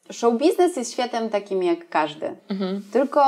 show biznes jest światem takim jak każdy. Tylko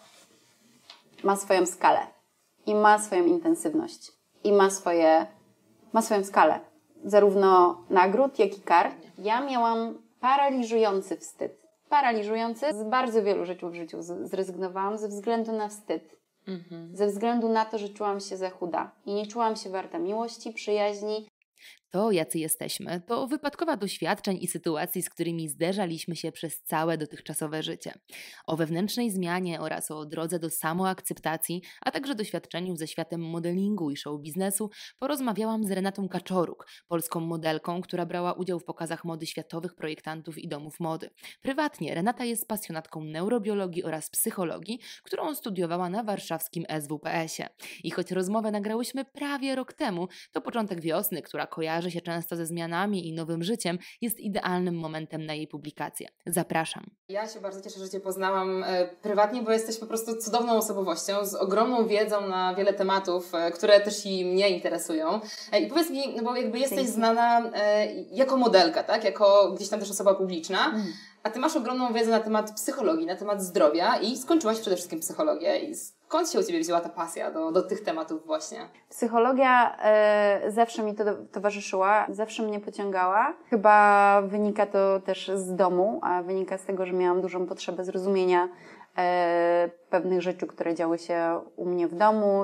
ma swoją skalę i ma swoją intensywność i ma swoją skalę. Zarówno nagród, jak i kar. Ja miałam paraliżujący wstyd. Paraliżujący. Z bardzo wielu rzeczy w życiu zrezygnowałam ze względu na wstyd. Ze względu na to, że czułam się za chuda i nie czułam się warta miłości, przyjaźni. To, jacy jesteśmy, to wypadkowa doświadczeń i sytuacji, z którymi zderzaliśmy się przez całe dotychczasowe życie. O wewnętrznej zmianie oraz o drodze do samoakceptacji, a także doświadczeniu ze światem modelingu i show biznesu porozmawiałam z Renatą Kaczoruk, polską modelką, która brała udział w pokazach mody światowych projektantów i domów mody. Prywatnie Renata jest pasjonatką neurobiologii oraz psychologii, którą studiowała na warszawskim SWPS-ie. I choć rozmowę nagrałyśmy prawie rok temu, to początek wiosny, która kojarzy się często ze zmianami i nowym życiem, jest idealnym momentem na jej publikację. Zapraszam. Ja się bardzo cieszę, że Cię poznałam prywatnie, bo jesteś po prostu cudowną osobowością, z ogromną wiedzą na wiele tematów, które też i mnie interesują. I powiedz mi, no bo jakby jesteś znana jako modelka, tak? Jako gdzieś tam też osoba publiczna, a Ty masz ogromną wiedzę na temat psychologii, na temat zdrowia i skończyłaś przede wszystkim psychologię. I skąd się u Ciebie wzięła ta pasja do tych tematów właśnie? Psychologia zawsze mi to towarzyszyła, zawsze mnie pociągała. Chyba wynika to też z domu, a wynika z tego, że miałam dużą potrzebę zrozumienia pewnych rzeczy, które działy się u mnie w domu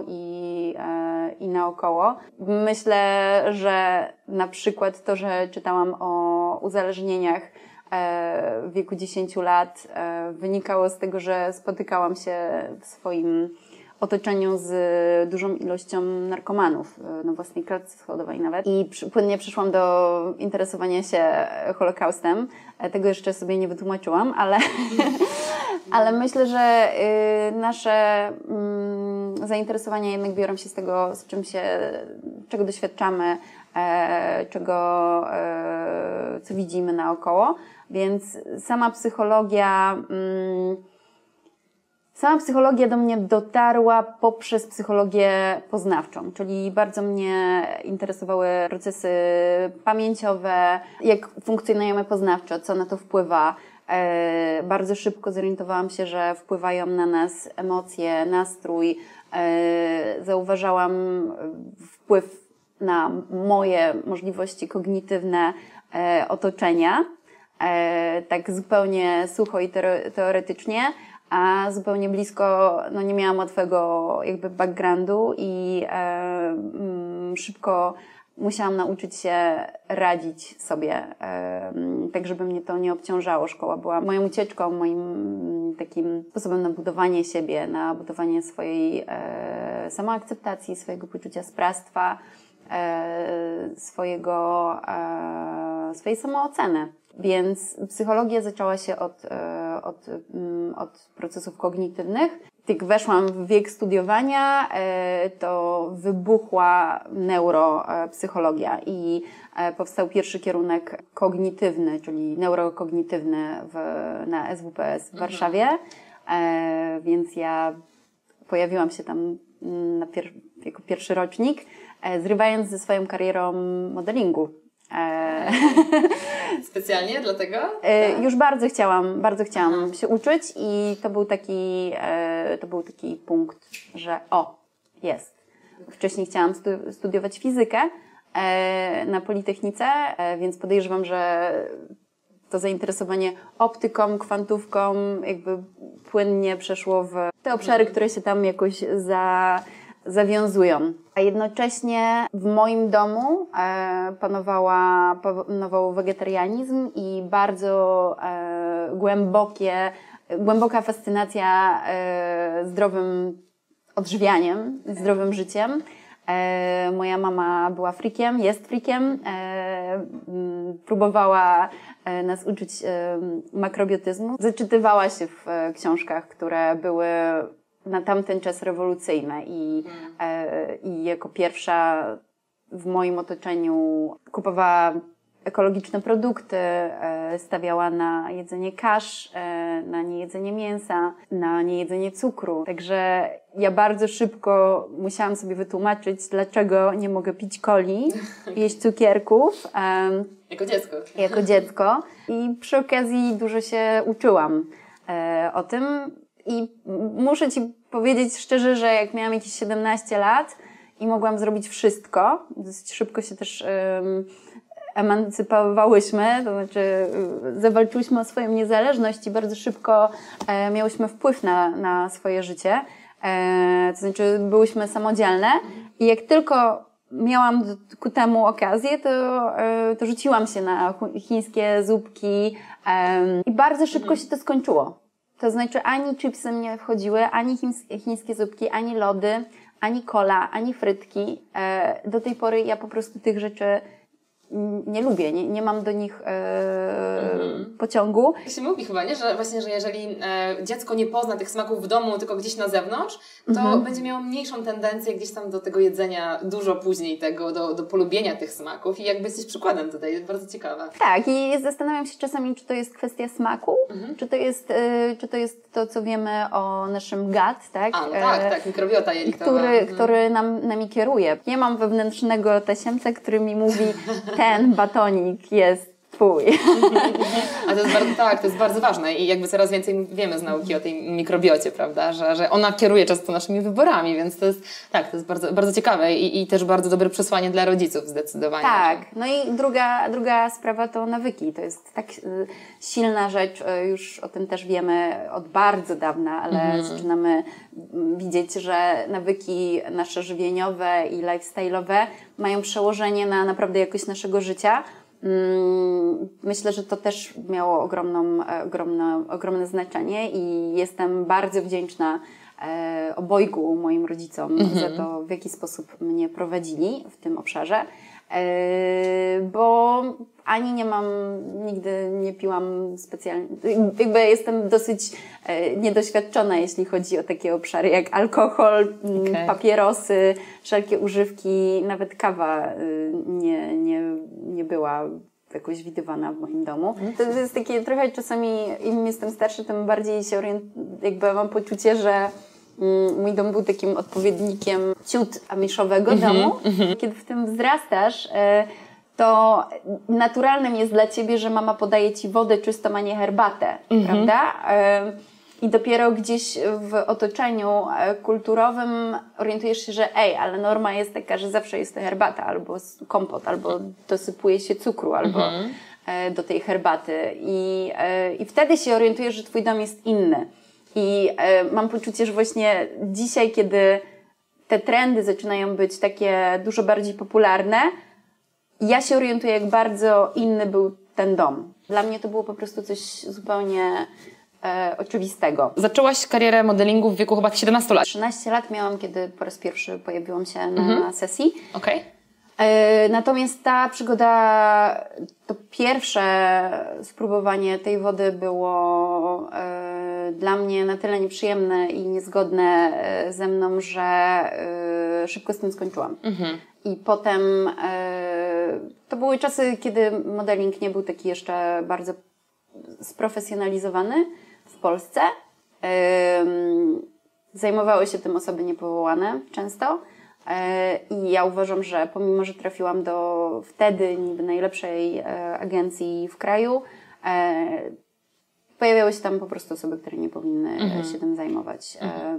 i naokoło. Myślę, że na przykład to, że czytałam o uzależnieniach w wieku 10 lat wynikało z tego, że spotykałam się w swoim otoczeniu z dużą ilością narkomanów na własnej klatce schodowej nawet. I płynnie przyszłam do interesowania się Holokaustem. Tego jeszcze sobie nie wytłumaczyłam, ale myślę, że nasze zainteresowania jednak biorą się z tego, czego doświadczamy, co widzimy naokoło. Więc sama psychologia do mnie dotarła poprzez psychologię poznawczą, czyli bardzo mnie interesowały procesy pamięciowe, jak funkcjonujemy poznawczo, co na to wpływa. Bardzo szybko zorientowałam się, że wpływają na nas emocje, nastrój. Zauważałam wpływ na moje możliwości kognitywne otoczenia, tak zupełnie sucho i teoretycznie, a zupełnie blisko, no nie miałam łatwego jakby backgroundu i szybko musiałam nauczyć się radzić sobie, tak żeby mnie to nie obciążało. Szkoła była moją ucieczką, moim takim sposobem na budowanie siebie, na budowanie swojej samoakceptacji, swojego poczucia sprawstwa, swojej samooceny. Więc psychologia zaczęła się od procesów kognitywnych. Jak weszłam w wiek studiowania, to wybuchła neuropsychologia i powstał pierwszy kierunek kognitywny, czyli neurokognitywny na SWPS w Warszawie. Więc ja pojawiłam się tam jako pierwszy rocznik, zrywając ze swoją karierą modelingu. Specjalnie dlatego? Już bardzo chciałam się uczyć i to był taki punkt, że jest. Wcześniej chciałam studiować fizykę na Politechnice, więc podejrzewam, że to zainteresowanie optyką, kwantówką jakby płynnie przeszło w te obszary, które się tam jakoś zawiązują. A jednocześnie w moim domu panował wegetarianizm i bardzo głęboka fascynacja zdrowym odżywianiem, zdrowym życiem. Moja mama była freakiem, jest freakiem, próbowała nas uczyć makrobiotyzmu. Zaczytywała się w książkach, które były na tamten czas rewolucyjne i jako pierwsza w moim otoczeniu kupowała ekologiczne produkty, stawiała na jedzenie kasz, na niejedzenie mięsa, na niejedzenie cukru. Także ja bardzo szybko musiałam sobie wytłumaczyć, dlaczego nie mogę pić coli, jeść cukierków. Jako dziecko. Jako dziecko. I przy okazji dużo się uczyłam o tym. I muszę Ci powiedzieć szczerze, że jak miałam jakieś 17 lat i mogłam zrobić wszystko, dosyć szybko się też emancypowałyśmy, to znaczy zawalczyłyśmy o swoją niezależność i bardzo szybko miałyśmy wpływ na swoje życie. To znaczy byłyśmy samodzielne i jak tylko miałam ku temu okazję, to rzuciłam się na chińskie zupki i bardzo szybko się to skończyło. To znaczy ani chipsy nie wchodziły, ani chińskie zupki, ani lody, ani cola, ani frytki. Do tej pory ja po prostu tych rzeczy nie lubię, nie mam do nich pociągu. To się mówi chyba, nie? Że właśnie, że jeżeli dziecko nie pozna tych smaków w domu, tylko gdzieś na zewnątrz, to będzie miało mniejszą tendencję gdzieś tam do tego jedzenia dużo później tego, do polubienia tych smaków i jakby jesteś przykładem tutaj, jest bardzo ciekawe. Tak, i zastanawiam się czasami, czy to jest kwestia smaku, czy to jest to, co wiemy o naszym gut, tak? A, no tak, mikrobiota jelitowa. Który nami kieruje. Nie mam wewnętrznego tasiemca, który mi mówi, ten batonik jest twój. A to jest bardzo, tak, to jest bardzo ważne i jakby coraz więcej wiemy z nauki o tej mikrobiocie, prawda, że ona kieruje często naszymi wyborami, więc to jest, tak, to jest bardzo, bardzo ciekawe i też bardzo dobre przesłanie dla rodziców zdecydowanie. Tak, no i druga sprawa to nawyki. To jest tak silna rzecz, już o tym też wiemy od bardzo dawna, ale zaczynamy widzieć, że nawyki nasze żywieniowe i lifestyle'owe mają przełożenie na naprawdę jakość naszego życia. Myślę, że to też miało ogromne znaczenie i jestem bardzo wdzięczna obojgu moim rodzicom za to, w jaki sposób mnie prowadzili w tym obszarze, bo ani nigdy nie piłam specjalnie, jakby jestem dosyć niedoświadczona, jeśli chodzi o takie obszary jak alkohol, papierosy, wszelkie używki, nawet kawa nie była jakoś widywana w moim domu. To jest takie trochę czasami, im jestem starszy, tym bardziej się jakby mam poczucie, że mój dom był takim odpowiednikiem ciut amiszowego domu. Kiedy w tym wzrastasz, to naturalnym jest dla Ciebie, że mama podaje Ci wodę czystą, a nie herbatę, prawda? I dopiero gdzieś w otoczeniu kulturowym orientujesz się, że ale norma jest taka, że zawsze jest to herbata, albo kompot, albo dosypuje się cukru, albo do tej herbaty. I wtedy się orientujesz, że Twój dom jest inny. I mam poczucie, że właśnie dzisiaj, kiedy te trendy zaczynają być takie dużo bardziej popularne, ja się orientuję, jak bardzo inny był ten dom. Dla mnie to było po prostu coś zupełnie oczywistego. Zaczęłaś karierę modelingu w wieku chyba 17 lat. 13 lat miałam, kiedy po raz pierwszy pojawiłam się na sesji. Okej. Natomiast ta przygoda, to pierwsze spróbowanie tej wody było dla mnie na tyle nieprzyjemne i niezgodne ze mną, że szybko z tym skończyłam. I potem to były czasy, kiedy modeling nie był taki jeszcze bardzo sprofesjonalizowany w Polsce. Zajmowały się tym osoby niepowołane często. I ja uważam, że pomimo, że trafiłam do wtedy niby najlepszej agencji w kraju, pojawiały się tam po prostu osoby, które nie powinny się tym zajmować.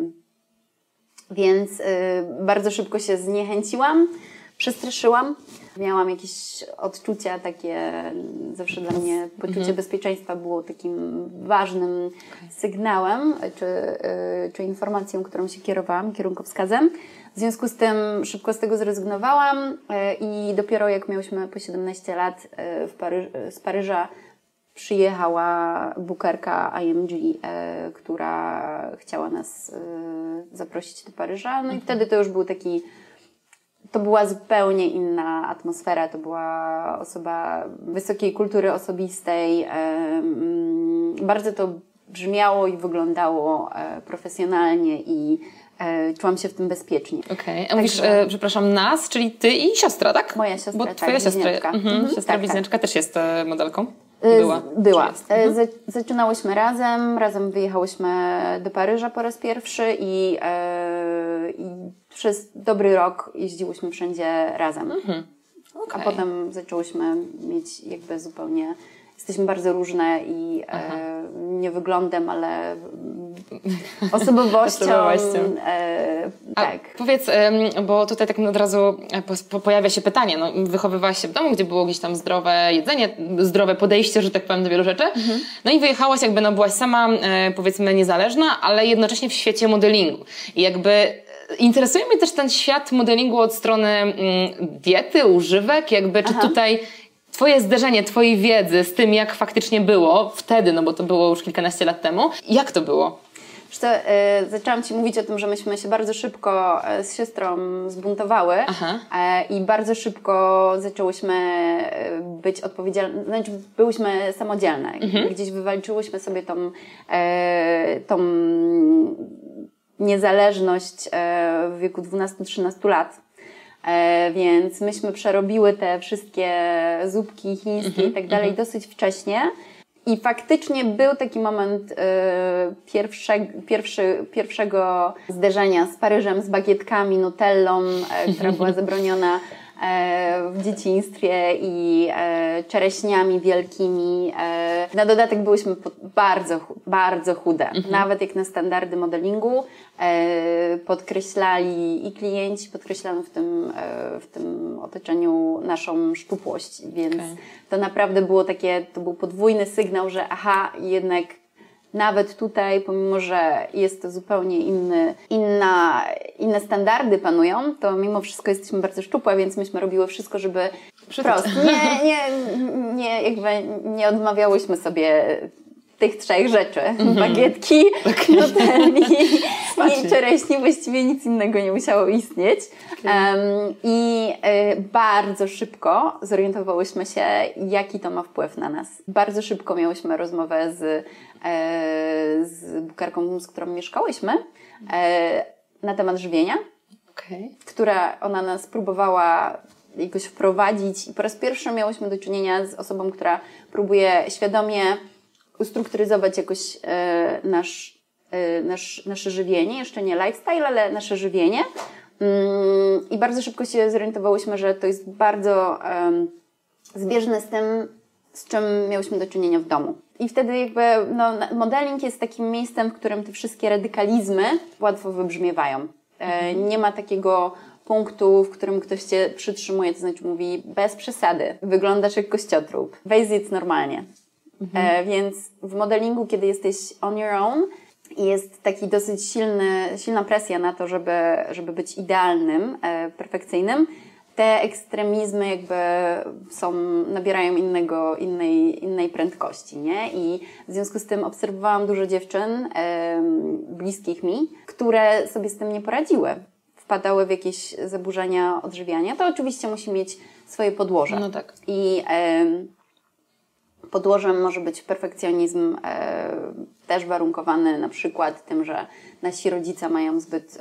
Więc bardzo szybko się zniechęciłam, przestraszyłam. Miałam jakieś odczucia takie, zawsze dla mnie poczucie bezpieczeństwa było takim ważnym sygnałem, czy informacją, którą się kierowałam, kierunkowskazem. W związku z tym szybko z tego zrezygnowałam i dopiero jak miałyśmy po 17 lat z Paryża przyjechała bookerka IMG, która chciała nas zaprosić do Paryża. No i wtedy to już był to była zupełnie inna atmosfera, to była osoba wysokiej kultury osobistej. Bardzo to brzmiało i wyglądało profesjonalnie i czułam się w tym bezpiecznie. Okej. A mówisz, przepraszam, nas, czyli ty i siostra, tak? Moja siostra, bo twoja siostra, bliźniaczka. siostra bliźniaczka też jest modelką? Była. Zaczynałyśmy razem wyjechałyśmy do Paryża po raz pierwszy i przez dobry rok jeździłyśmy wszędzie razem. Okay. A potem zaczęłyśmy mieć jakby zupełnie... Jesteśmy bardzo różne i nie wyglądem, ale osobowością. Tak. Powiedz, bo tutaj tak od razu pojawia się pytanie, no, wychowywałaś się w domu, gdzie było gdzieś tam zdrowe jedzenie, zdrowe podejście, że tak powiem, do wielu rzeczy. No i wyjechałaś jakby, no byłaś sama, powiedzmy, niezależna, ale jednocześnie w świecie modelingu. I jakby interesuje mnie też ten świat modelingu od strony diety, używek, jakby czy tutaj Twoje zderzenie, Twojej wiedzy z tym, jak faktycznie było wtedy, no bo to było już kilkanaście lat temu, jak to było? Zaczęłam Ci mówić o tym, że myśmy się bardzo szybko z siostrą zbuntowały i bardzo szybko zaczęłyśmy być odpowiedzialne, znaczy byłyśmy samodzielne. Gdzieś wywalczyłyśmy sobie tą niezależność w wieku 12-13 lat. Więc myśmy przerobiły te wszystkie zupki chińskie i tak dalej dosyć wcześnie. I faktycznie był taki moment pierwszego zderzenia z Paryżem, z bagietkami, nutellą, która była zabroniona w dzieciństwie i czereśniami wielkimi. Na dodatek byłyśmy bardzo, bardzo chude. Nawet jak na standardy modelingu podkreślali i klienci, podkreślano w tym otoczeniu naszą szczupłość. Więc to naprawdę było to był podwójny sygnał, że jednak nawet tutaj, pomimo że jest to zupełnie inne standardy panują, to mimo wszystko jesteśmy bardzo szczupłe, więc myśmy robiły wszystko, żeby wprost nie odmawiałyśmy sobie tych trzech rzeczy. Bagietki, nutelli i czereśni, właściwie nic innego nie musiało istnieć. Bardzo szybko zorientowałyśmy się, jaki to ma wpływ na nas. Bardzo szybko miałyśmy rozmowę z bukarką, z którą mieszkałyśmy, na temat żywienia, która ona nas próbowała jakoś wprowadzić i po raz pierwszy miałyśmy do czynienia z osobą, która próbuje świadomie ustrukturyzować jakoś nasze żywienie, jeszcze nie lifestyle, ale nasze żywienie. I bardzo szybko się zorientowałyśmy, że to jest bardzo zbieżne z tym, z czym miałyśmy do czynienia w domu. I wtedy jakby modeling jest takim miejscem, w którym te wszystkie radykalizmy łatwo wybrzmiewają. Nie ma takiego punktu, w którym ktoś Cię przytrzymuje, to znaczy mówi bez przesady, wyglądasz jak kościotrup, weź zjedz normalnie. Więc w modelingu, kiedy jesteś on your own, jest taki dosyć silna presja na to, żeby być idealnym, perfekcyjnym. Te ekstremizmy jakby nabierają innej prędkości, nie? I w związku z tym obserwowałam dużo dziewczyn bliskich mi, które sobie z tym nie poradziły. Wpadały w jakieś zaburzenia odżywiania. To oczywiście musi mieć swoje podłoże. No tak. I podłożem może być perfekcjonizm też warunkowany na przykład tym, że nasi rodzice mają zbyt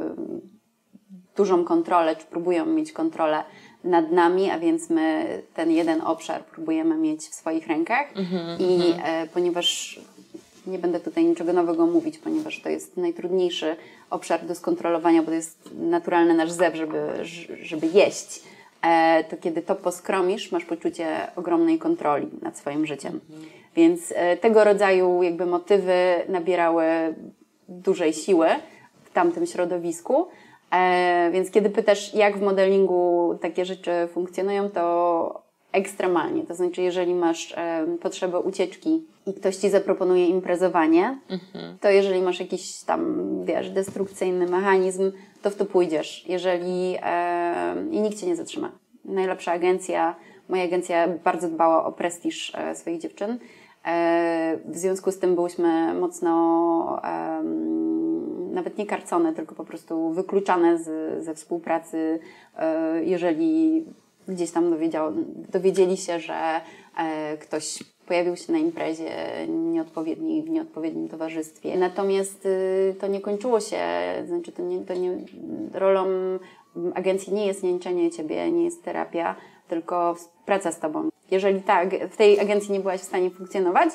dużą kontrolę, czy próbują mieć kontrolę nad nami, a więc my ten jeden obszar próbujemy mieć w swoich rękach i ponieważ nie będę tutaj niczego nowego mówić, ponieważ to jest najtrudniejszy obszar do skontrolowania, bo to jest naturalny nasz zew, żeby jeść, to kiedy to poskromisz, masz poczucie ogromnej kontroli nad swoim życiem. Więc tego rodzaju jakby motywy nabierały dużej siły w tamtym środowisku. Więc kiedy pytasz, jak w modelingu takie rzeczy funkcjonują, to ekstremalnie. To znaczy, jeżeli masz potrzebę ucieczki i ktoś Ci zaproponuje imprezowanie, to jeżeli masz jakiś tam, destrukcyjny mechanizm, to w to pójdziesz. I nikt Cię nie zatrzyma. Najlepsza agencja, moja agencja bardzo dbała o prestiż swoich dziewczyn. W związku z tym byłyśmy mocno nawet nie karcone, tylko po prostu wykluczane ze współpracy, jeżeli gdzieś tam dowiedzieli się, że ktoś pojawił się na imprezie w nieodpowiednim towarzystwie. Natomiast to nie kończyło się, znaczy rolą agencji nie jest niańczenie Ciebie, nie jest terapia, tylko praca z Tobą. jeżeli w tej agencji nie byłaś w stanie funkcjonować,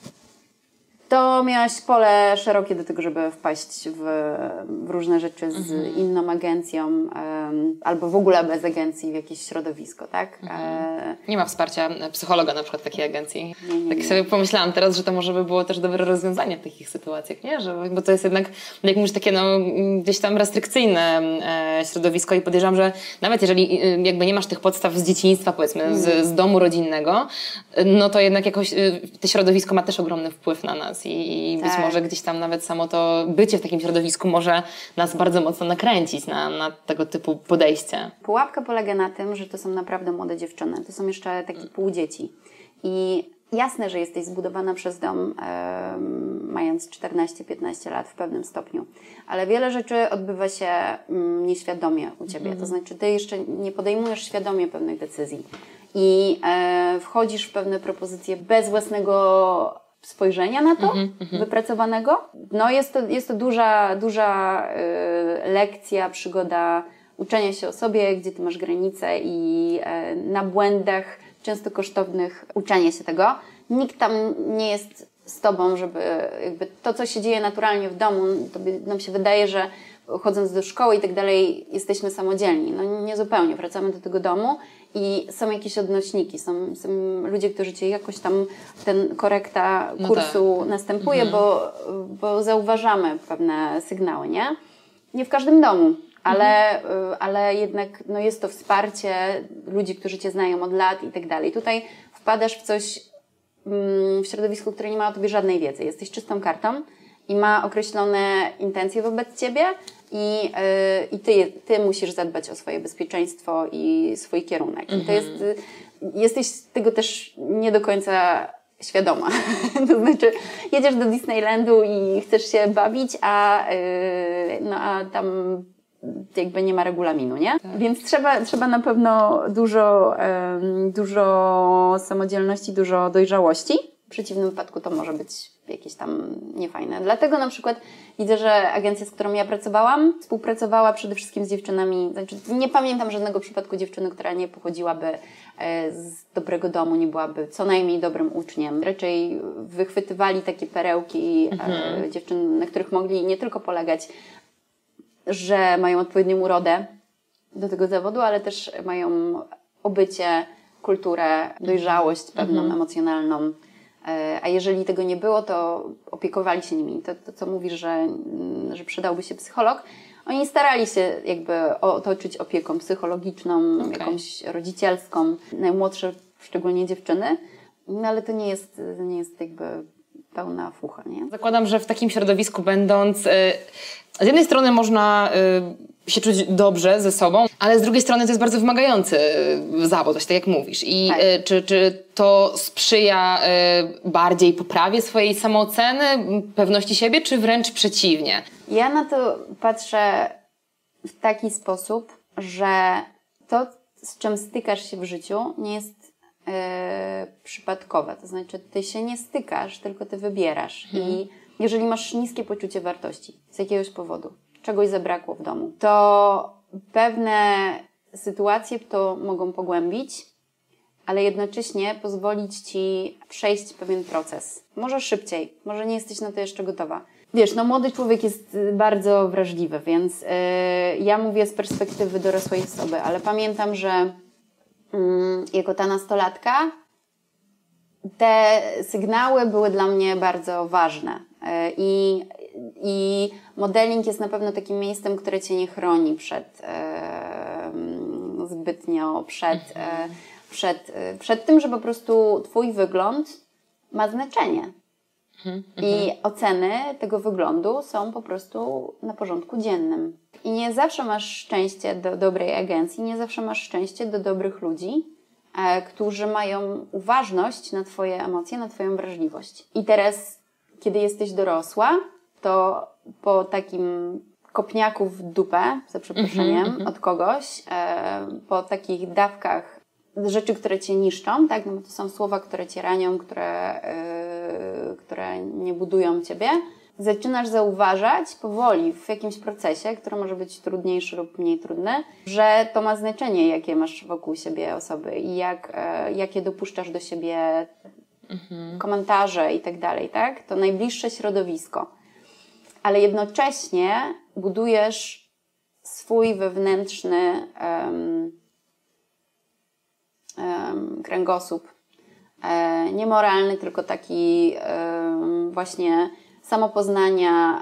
to miałaś pole szerokie do tego, żeby wpaść w różne rzeczy z inną agencją albo w ogóle bez agencji w jakieś środowisko, tak? Nie ma wsparcia psychologa na przykład w takiej agencji. Nie. Tak sobie pomyślałam teraz, że to może by było też dobre rozwiązanie w takich sytuacjach, nie? Bo to jest jednak, jak mówisz, takie gdzieś tam restrykcyjne środowisko i podejrzewam, że nawet jeżeli jakby nie masz tych podstaw z dzieciństwa, powiedzmy, z domu rodzinnego, no to jednak jakoś to środowisko ma też ogromny wpływ na nas i być może gdzieś tam nawet samo to bycie w takim środowisku może nas bardzo mocno nakręcić na tego typu podejście. Pułapka polega na tym, że to są naprawdę młode dziewczyny. To są jeszcze takie półdzieci. I jasne, że jesteś zbudowana przez dom, mając 14-15 lat w pewnym stopniu. Ale wiele rzeczy odbywa się nieświadomie u Ciebie. To znaczy, Ty jeszcze nie podejmujesz świadomie pewnych decyzji. I wchodzisz w pewne propozycje bez własnego spojrzenia na to, wypracowanego. No jest to duża lekcja, przygoda uczenia się o sobie, gdzie Ty masz granice i na błędach, często kosztownych, uczenia się tego. Nikt tam nie jest z Tobą, żeby jakby to, co się dzieje naturalnie w domu, nam się wydaje, że chodząc do szkoły i tak dalej, jesteśmy samodzielni. No nie zupełnie. Wracamy do tego domu i są jakieś odnośniki, są ludzie, którzy Cię jakoś tam, ten korekta kursu następuje, bo zauważamy pewne sygnały, nie? Nie w każdym domu, ale jednak jest to wsparcie ludzi, którzy Cię znają od lat i tak dalej. Tutaj wpadasz w coś, w środowisku, które nie ma o Tobie żadnej wiedzy. Jesteś czystą kartą i ma określone intencje wobec Ciebie i ty musisz zadbać o swoje bezpieczeństwo i swój kierunek. I to jesteś tego też nie do końca świadoma. To znaczy, jedziesz do Disneylandu i chcesz się bawić, a tam jakby nie ma regulaminu, nie? Tak. Więc trzeba na pewno dużo samodzielności, dużo dojrzałości. W przeciwnym wypadku to może być jakieś tam niefajne. Dlatego na przykład widzę, że agencja, z którą ja pracowałam, współpracowała przede wszystkim z dziewczynami. Znaczy, nie pamiętam żadnego przypadku dziewczyny, która nie pochodziłaby z dobrego domu, nie byłaby co najmniej dobrym uczniem. Raczej wychwytywali takie perełki dziewczyn, na których mogli nie tylko polegać, że mają odpowiednią urodę do tego zawodu, ale też mają obycie, kulturę, dojrzałość pewną, emocjonalną. A jeżeli tego nie było, to opiekowali się nimi. To co mówisz, że przydałby się psycholog, oni starali się jakby otoczyć opieką psychologiczną, jakąś rodzicielską, najmłodsze szczególnie dziewczyny, no ale to nie jest jakby pełna fucha, nie? Zakładam, że w takim środowisku będąc, z jednej strony można się czuć dobrze ze sobą, ale z drugiej strony to jest bardzo wymagający zawód, tak jak mówisz. I czy to sprzyja bardziej poprawie swojej samooceny, pewności siebie, czy wręcz przeciwnie? Ja na to patrzę w taki sposób, że to, z czym stykasz się w życiu, nie jest przypadkowe. To znaczy, ty się nie stykasz, tylko ty wybierasz. I jeżeli masz niskie poczucie wartości z jakiegoś powodu, czegoś zabrakło w domu, to pewne sytuacje to mogą pogłębić, ale jednocześnie pozwolić Ci przejść pewien proces. Może szybciej, może nie jesteś na to jeszcze gotowa. Wiesz, młody człowiek jest bardzo wrażliwy, więc ja mówię z perspektywy dorosłej osoby, ale pamiętam, że jako ta nastolatka te sygnały były dla mnie bardzo ważne. I modeling jest na pewno takim miejscem, które Cię nie chroni zbytnio przed tym, że po prostu Twój wygląd ma znaczenie. I oceny tego wyglądu są po prostu na porządku dziennym. I nie zawsze masz szczęście do dobrej agencji, nie zawsze masz szczęście do dobrych ludzi, którzy mają uważność na Twoje emocje, na Twoją wrażliwość. I teraz, kiedy jesteś dorosła, to po takim kopniaku w dupę, za przeproszeniem, od kogoś, po takich dawkach rzeczy, które Cię niszczą, tak? No bo to są słowa, które Cię ranią, które nie budują Ciebie, zaczynasz zauważać powoli w jakimś procesie, który może być trudniejszy lub mniej trudny, że to ma znaczenie, jakie masz wokół siebie osoby i jakie dopuszczasz do siebie komentarze i tak dalej, tak? To najbliższe środowisko. Ale jednocześnie budujesz swój wewnętrzny kręgosłup. Nie moralny, tylko taki właśnie samopoznania.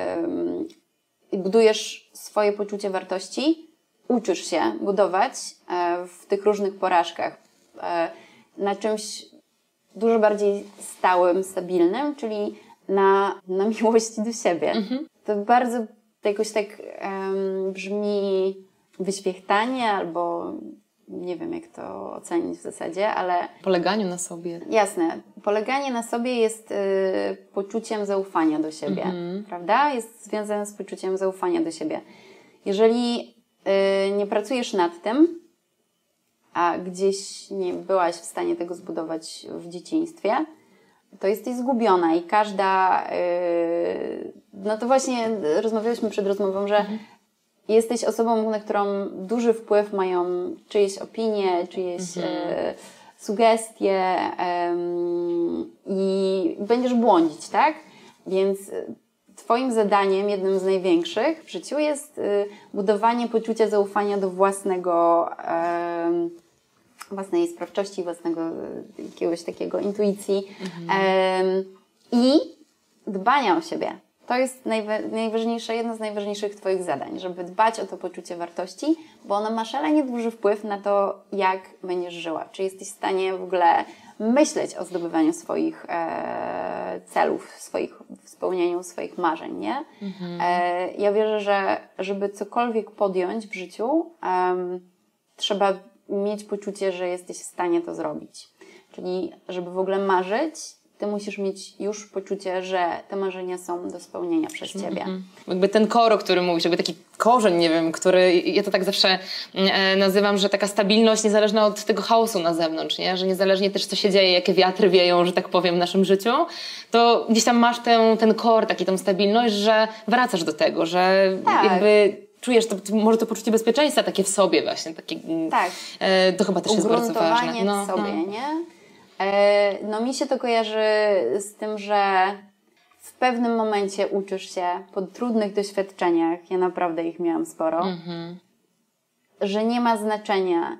Budujesz swoje poczucie wartości, uczysz się budować w tych różnych porażkach na czymś dużo bardziej stałym, stabilnym, czyli na miłości do siebie. To bardzo jakoś tak brzmi wyświechtanie albo nie wiem, jak to ocenić w zasadzie, ale... Poleganiu na sobie. Jasne. Poleganie na sobie jest poczuciem zaufania do siebie, prawda? Jest związane z poczuciem zaufania do siebie. Jeżeli nie pracujesz nad tym, a gdzieś nie byłaś w stanie tego zbudować w dzieciństwie, to jesteś zgubiona i każda... no to właśnie rozmawialiśmy przed rozmową, że jesteś osobą, na którą duży wpływ mają czyjeś opinie, czyjeś sugestie i będziesz błądzić, tak? Więc twoim zadaniem, jednym z największych w życiu jest budowanie poczucia zaufania do własnej sprawczości, własnego jakiegoś takiego intuicji i dbania o siebie. To jest najważniejsze, jedno z najważniejszych twoich zadań, żeby dbać o to poczucie wartości, bo ono ma szalenie duży wpływ na to, jak będziesz żyła. Czy jesteś w stanie w ogóle myśleć o zdobywaniu swoich celów, spełnianiu swoich marzeń, nie? Ja wierzę, że żeby cokolwiek podjąć w życiu, trzeba mieć poczucie, że jesteś w stanie to zrobić. Czyli żeby w ogóle marzyć, ty musisz mieć już poczucie, że te marzenia są do spełnienia przez ciebie. Jakby ten core, o którym mówisz, jakby taki korzeń, nie wiem, który, ja to tak zawsze nazywam, że taka stabilność niezależna od tego chaosu na zewnątrz, nie? Że niezależnie też co się dzieje, jakie wiatry wieją, że tak powiem, w naszym życiu, to gdzieś tam masz ten core, tą stabilność, że wracasz do tego, że jakby czujesz może to poczucie bezpieczeństwa takie w sobie właśnie. To chyba też jest bardzo ważne. Ugruntowanie w sobie, nie? No mi się to kojarzy z tym, że w pewnym momencie uczysz się po trudnych doświadczeniach, ja naprawdę ich miałam sporo, że nie ma znaczenia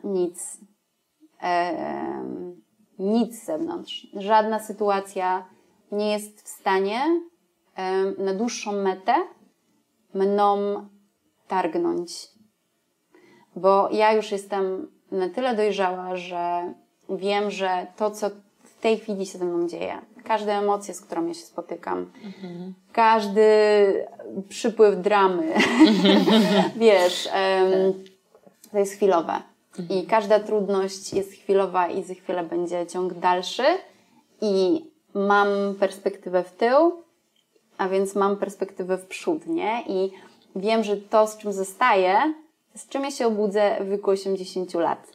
nic z zewnątrz. Żadna sytuacja nie jest w stanie na dłuższą metę mną targnąć. Bo ja już jestem na tyle dojrzała, że wiem, że to, co w tej chwili się ze mną dzieje, każda emocja, z którą ja się spotykam, każdy przypływ dramy, wiesz, to jest chwilowe. I każda trudność jest chwilowa i za chwilę będzie ciąg dalszy i mam perspektywę w tył, a więc mam perspektywę w przód, nie? I wiem, że to, z czym zostaję, z czym ja się obudzę w wieku 80 lat.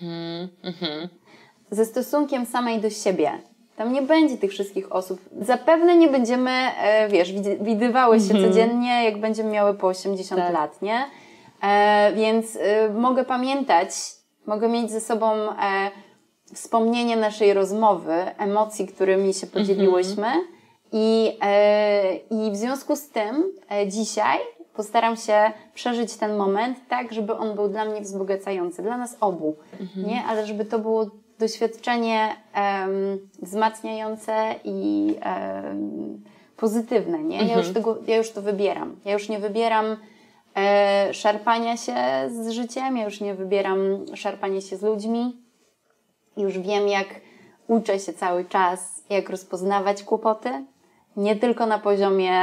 Ze stosunkiem samej do siebie. Tam nie będzie tych wszystkich osób. Zapewne nie będziemy, wiesz, widywały się codziennie, jak będziemy miały po 80 lat, nie? Więc mogę pamiętać, mogę mieć ze sobą wspomnienie naszej rozmowy, emocji, którymi się podzieliłyśmy i w związku z tym dzisiaj postaram się przeżyć ten moment tak, żeby on był dla mnie wzbogacający, dla nas obu, nie? Ale żeby to było doświadczenie wzmacniające i pozytywne, nie? Ja już to wybieram. Ja już nie wybieram szarpania się z życiem, ja już nie wybieram szarpania się z ludźmi. Już wiem, jak uczę się cały czas, jak rozpoznawać kłopoty. Nie tylko na poziomie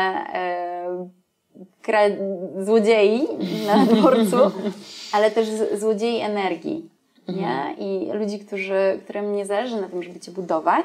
złodziei na dworcu, ale też złodziei energii. Nie? I ludzi, którym nie zależy na tym, żeby cię budować.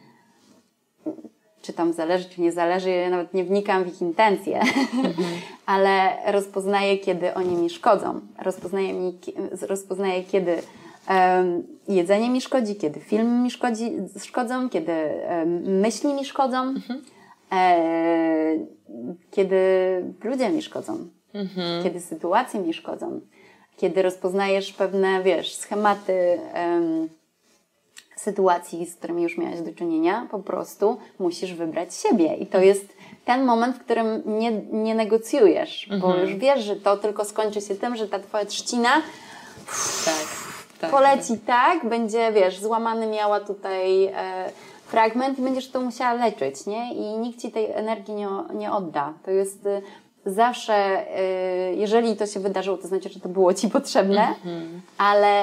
Czy tam zależy, czy nie zależy, ja nawet nie wnikam w ich intencje, ale rozpoznaję, kiedy oni mi szkodzą. Rozpoznaję, kiedy jedzenie mi szkodzi, kiedy filmy mi szkodzą, kiedy myśli mi szkodzą. kiedy ludzie mi szkodzą, kiedy sytuacje mi szkodzą, kiedy rozpoznajesz pewne, schematy sytuacji, z którymi już miałaś do czynienia, po prostu musisz wybrać siebie. I to jest ten moment, w którym nie negocjujesz, bo już wiesz, że to tylko skończy się tym, że ta twoja trzcina poleci będzie, złamany miała tutaj fragment i będziesz to musiała leczyć, nie? I nikt ci tej energii nie odda. To jest zawsze, jeżeli to się wydarzyło, to znaczy, że to było ci potrzebne, ale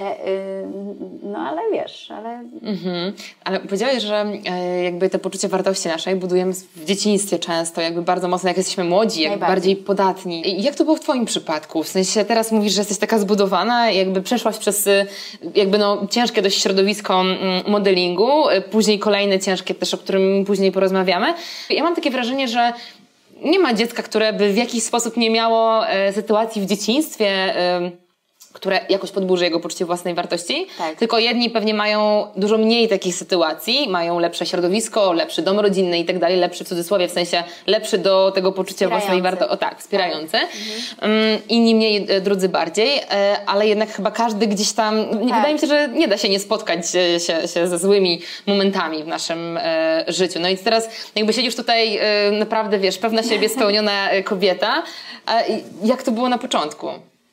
Ale powiedziałeś, że jakby te poczucie wartości naszej budujemy w dzieciństwie często, jakby bardzo mocno, jak jesteśmy młodzi, jak bardziej podatni. I jak to było w twoim przypadku? W sensie teraz mówisz, że jesteś taka zbudowana, jakby przeszłaś przez ciężkie dość środowisko modelingu, później kolejne ciężkie też, o którym później porozmawiamy. Ja mam takie wrażenie, że nie ma dziecka, które by w jakiś sposób nie miało sytuacji w dzieciństwie, które jakoś podburzy jego poczucie własnej wartości. Tak. Tylko jedni pewnie mają dużo mniej takich sytuacji, mają lepsze środowisko, lepszy dom rodzinny i tak dalej, lepszy w cudzysłowie, w sensie lepszy do tego poczucia własnej wartości. Wspierający. Inni mniej, drudzy bardziej, ale jednak chyba każdy gdzieś tam, wydaje mi się, że nie da się nie spotkać się ze złymi momentami w naszym życiu. No i teraz jakby siedzisz tutaj naprawdę, pewna siebie spełniona kobieta. Jak to było na początku?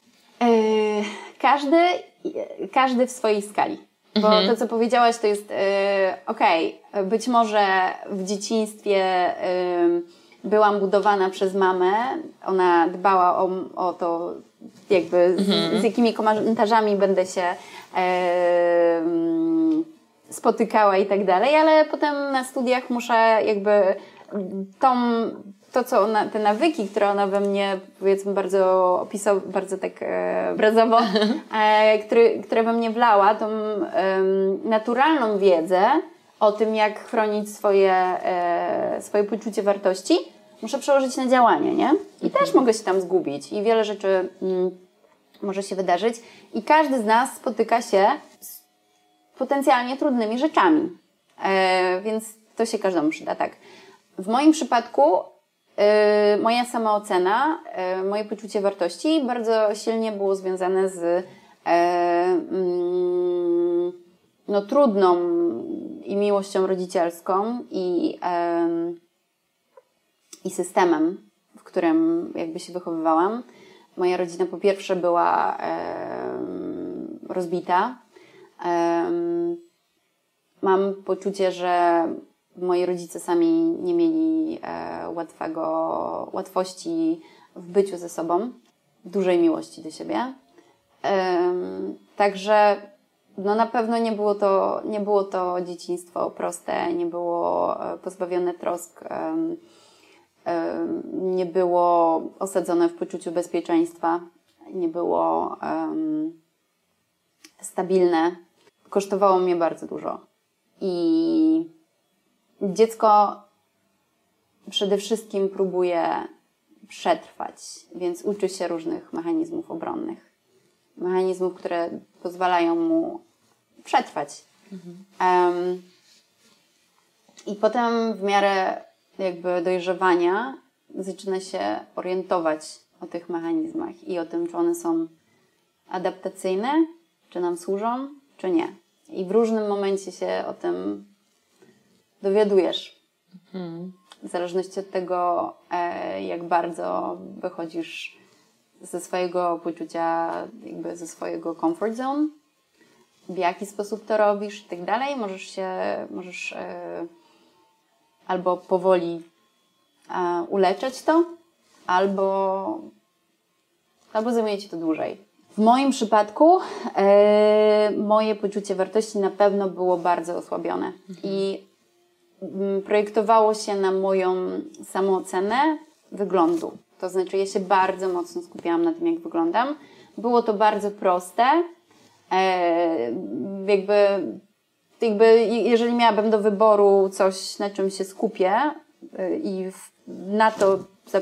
Każdy w swojej skali. Bo to, co powiedziałaś, to jest być może w dzieciństwie byłam budowana przez mamę, ona dbała o to, jakby z jakimi komentarzami będę się spotykała i tak dalej, ale potem na studiach muszę jakby te nawyki, które ona we mnie, powiedzmy, bardzo opisała, bardzo tak obrazowo, które we mnie wlała, tą naturalną wiedzę o tym, jak chronić swoje poczucie wartości, muszę przełożyć na działanie, nie? I też mogę się tam zgubić i wiele rzeczy może się wydarzyć i każdy z nas spotyka się z potencjalnie trudnymi rzeczami, więc to się każdemu przyda, tak. W moim przypadku moja samoocena, moje poczucie wartości bardzo silnie było związane z trudną i miłością rodzicielską i systemem, w którym jakby się wychowywałam. Moja rodzina po pierwsze była rozbita. Mam poczucie, że moi rodzice sami nie mieli łatwości w byciu ze sobą, dużej miłości do siebie. Także na pewno nie było to dzieciństwo proste, nie było pozbawione trosk, nie było osadzone w poczuciu bezpieczeństwa, nie było stabilne. Kosztowało mnie bardzo dużo. I dziecko przede wszystkim próbuje przetrwać, więc uczy się różnych mechanizmów obronnych. Mechanizmów, które pozwalają mu przetrwać. I potem w miarę jakby dojrzewania zaczyna się orientować o tych mechanizmach i o tym, czy one są adaptacyjne, czy nam służą, czy nie. I w różnym momencie się o tym dowiadujesz. W zależności od tego, jak bardzo wychodzisz ze swojego poczucia, jakby ze swojego comfort zone, w jaki sposób to robisz i tak dalej, możesz albo powoli uleczać to, albo zajmuje ci to dłużej. W moim przypadku moje poczucie wartości na pewno było bardzo osłabione i projektowało się na moją samoocenę wyglądu. To znaczy ja się bardzo mocno skupiałam na tym, jak wyglądam. Było to bardzo proste. Jeżeli miałabym do wyboru coś, na czym się skupię i na to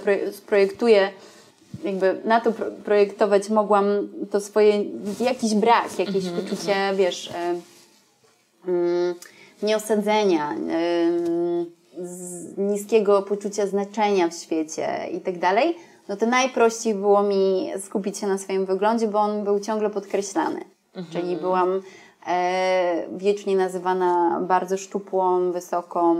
projektować mogłam to swoje, jakiś brak, jakieś poczucie, nieosadzenia, z niskiego poczucia znaczenia w świecie i tak dalej, no to najprościej było mi skupić się na swoim wyglądzie, bo on był ciągle podkreślany. Czyli byłam wiecznie nazywana bardzo szczupłą, wysoką,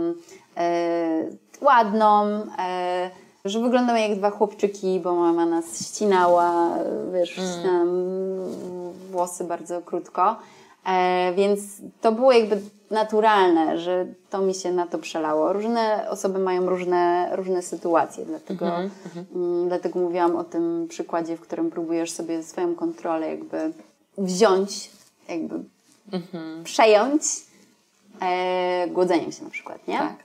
ładną, że wyglądam jak 2 chłopczyki, bo mama nas ścinała, wiesz, ścinałam włosy bardzo krótko. Więc to było jakby naturalne, że to mi się na to przelało. Różne osoby mają różne sytuacje, dlatego mówiłam o tym przykładzie, w którym próbujesz sobie swoją kontrolę jakby wziąć, jakby przejąć głodzeniem się na przykład, nie? Tak.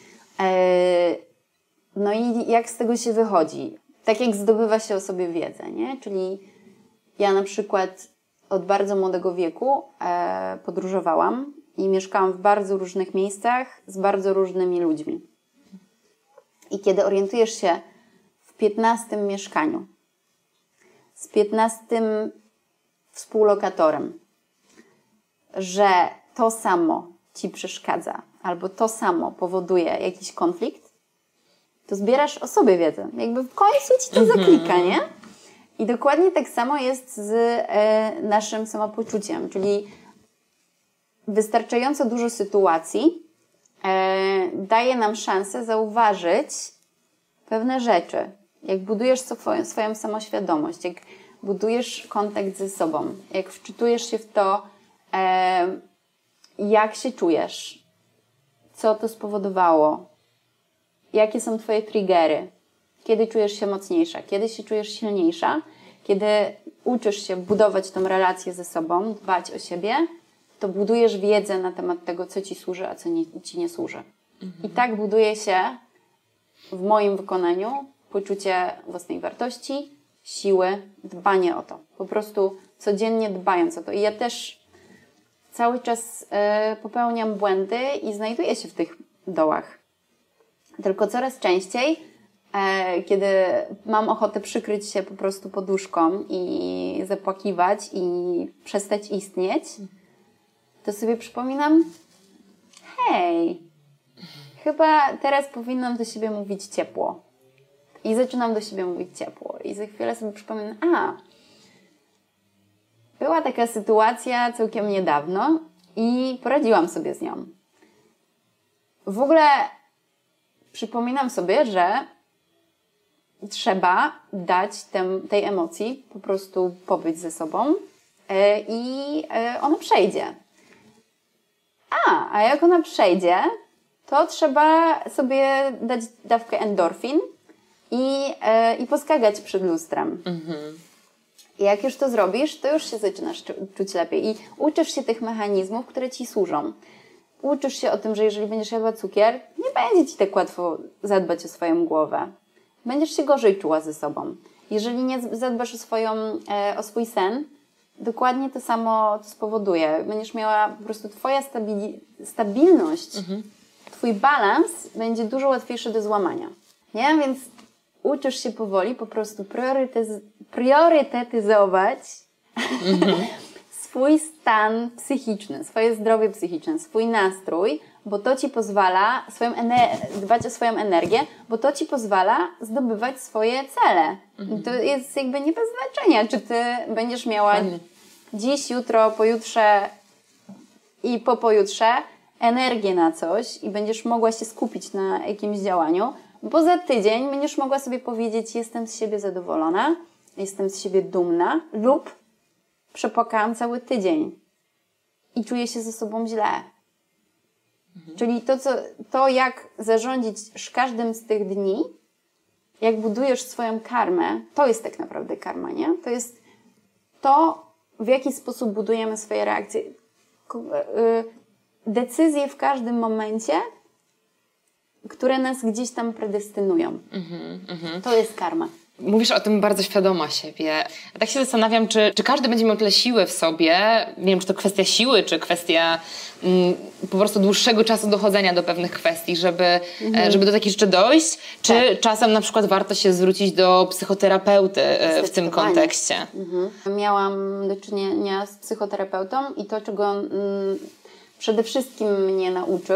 No i jak z tego się wychodzi? Tak jak zdobywa się o sobie wiedzę, nie? Czyli ja na przykład od bardzo młodego wieku podróżowałam i mieszkałam w bardzo różnych miejscach z bardzo różnymi ludźmi. I kiedy orientujesz się w 15 mieszkaniu z 15 współlokatorem, że to samo ci przeszkadza albo to samo powoduje jakiś konflikt, to zbierasz o sobie wiedzę. Jakby w końcu ci to zaklika, nie? I dokładnie tak samo jest z naszym samopoczuciem, czyli wystarczająco dużo sytuacji daje nam szansę zauważyć pewne rzeczy. Jak budujesz swoją samoświadomość, jak budujesz kontakt ze sobą, jak wczytujesz się w to, jak się czujesz, co to spowodowało, jakie są twoje triggery, kiedy czujesz się mocniejsza, kiedy się czujesz silniejsza, kiedy uczysz się budować tą relację ze sobą, dbać o siebie, to budujesz wiedzę na temat tego, co ci służy, a co ci nie służy. I tak buduje się w moim wykonaniu poczucie własnej wartości, siły, dbanie o to. Po prostu codziennie dbając o to. I ja też cały czas popełniam błędy i znajduję się w tych dołach. Tylko coraz częściej, kiedy mam ochotę przykryć się po prostu poduszką i zapłakiwać i przestać istnieć, to sobie przypominam, hej, chyba teraz powinnam do siebie mówić ciepło. I zaczynam do siebie mówić ciepło. I za chwilę sobie przypominam, była taka sytuacja całkiem niedawno i poradziłam sobie z nią. W ogóle przypominam sobie, że trzeba dać tej emocji po prostu pobyć ze sobą i ona przejdzie. A jak ona przejdzie, to trzeba sobie dać dawkę endorfin i poskakać przed lustrem. I jak już to zrobisz, to już się zaczynasz czuć lepiej. I uczysz się tych mechanizmów, które ci służą. Uczysz się o tym, że jeżeli będziesz jadła cukier, nie będzie ci tak łatwo zadbać o swoją głowę. Będziesz się gorzej czuła ze sobą. Jeżeli nie zadbasz o swój sen, dokładnie to samo to spowoduje. Będziesz miała po prostu twoja stabilność, twój balans będzie dużo łatwiejszy do złamania. Nie? Więc uczysz się powoli po prostu priorytetyzować swój stan psychiczny, swoje zdrowie psychiczne, swój nastrój, bo to ci pozwala dbać o swoją energię, bo to ci pozwala zdobywać swoje cele. I to jest jakby nie bez znaczenia, czy ty będziesz miała dziś, jutro, pojutrze i po pojutrze energię na coś i będziesz mogła się skupić na jakimś działaniu, bo za tydzień będziesz mogła sobie powiedzieć, jestem z siebie zadowolona, jestem z siebie dumna lub przepłakałam cały tydzień i czuję się ze sobą źle. Czyli to, jak zarządzić każdym z tych dni, jak budujesz swoją karmę, to jest tak naprawdę karma, nie? To jest to, w jaki sposób budujemy swoje reakcje. Decyzje w każdym momencie, które nas gdzieś tam predestynują. To jest karma. Mówisz o tym bardzo świadoma siebie. Ja tak się zastanawiam, czy każdy będzie miał tyle siły w sobie, nie wiem, czy to kwestia siły, czy kwestia po prostu dłuższego czasu dochodzenia do pewnych kwestii, żeby do takich rzeczy dojść, czy czasem na przykład warto się zwrócić do psychoterapeuty w tym kontekście. przede wszystkim mnie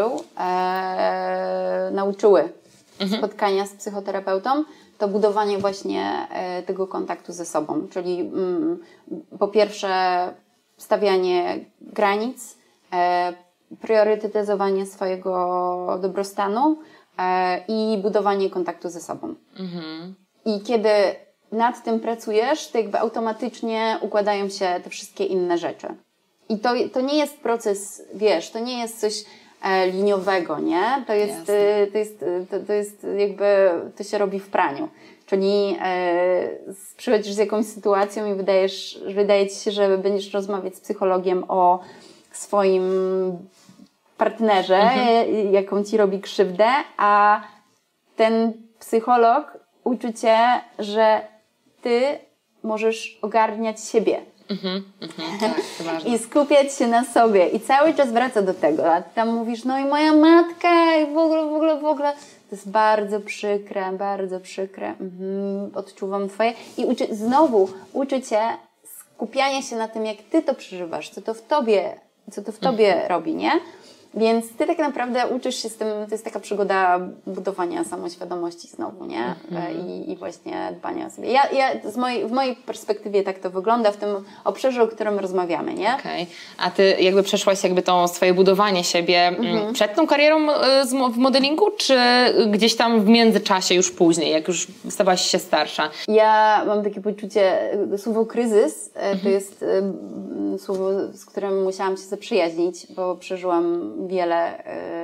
nauczyły spotkania z psychoterapeutą, to budowanie właśnie tego kontaktu ze sobą, czyli po pierwsze stawianie granic, priorytetyzowanie swojego dobrostanu i budowanie kontaktu ze sobą. I kiedy nad tym pracujesz, to jakby automatycznie układają się te wszystkie inne rzeczy. I to nie jest proces, wiesz, to nie jest coś liniowego, nie? To jest jakby, to się robi w praniu. Czyli przychodzisz z jakąś sytuacją i wydaje ci się, że będziesz rozmawiać z psychologiem o swoim partnerze, jaką ci robi krzywdę, a ten psycholog uczy cię, że ty możesz ogarniać siebie. Tak, to ważne. I skupiać się na sobie. I cały czas wraca do tego. A ty tam mówisz, no i moja matka i w ogóle. To jest bardzo przykre, bardzo przykre. Odczuwam twoje. I uczy cię skupiania się na tym, jak ty to przeżywasz, co to w tobie robi, nie? Więc ty tak naprawdę uczysz się z tym, to jest taka przygoda budowania samoświadomości znowu, nie? I właśnie dbania o sobie. W mojej perspektywie tak to wygląda w tym obszarze, o którym rozmawiamy, nie? Okej. A ty jakby przeszłaś to swoje budowanie siebie przed tą karierą w modelingu, czy gdzieś tam w międzyczasie już później, jak już stałaś się starsza? Ja mam takie poczucie, słowo kryzys to jest słowo, z którym musiałam się zaprzyjaźnić, bo przeżyłam wiele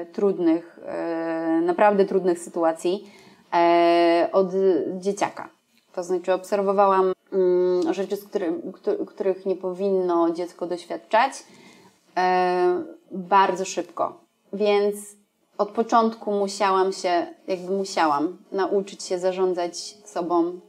naprawdę trudnych sytuacji od dzieciaka. To znaczy obserwowałam rzeczy, których nie powinno dziecko doświadczać bardzo szybko. Więc od początku musiałam nauczyć się zarządzać sobą,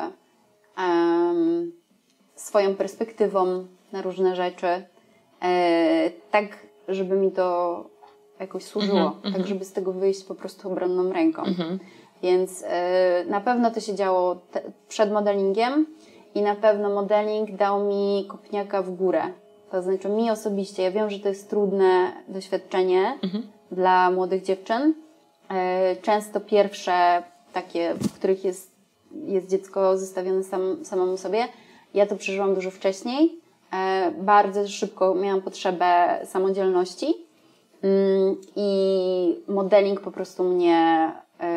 swoją perspektywą na różne rzeczy, tak, żeby mi to jakoś służyło, tak, żeby z tego wyjść po prostu obronną ręką. Więc na pewno to się działo przed modelingiem i na pewno modeling dał mi kopniaka w górę. To znaczy mi osobiście, ja wiem, że to jest trudne doświadczenie dla młodych dziewczyn. Często pierwsze takie, w których jest dziecko zostawione samemu sobie. Ja to przeżyłam dużo wcześniej. Bardzo szybko miałam potrzebę samodzielności i modeling po prostu mnie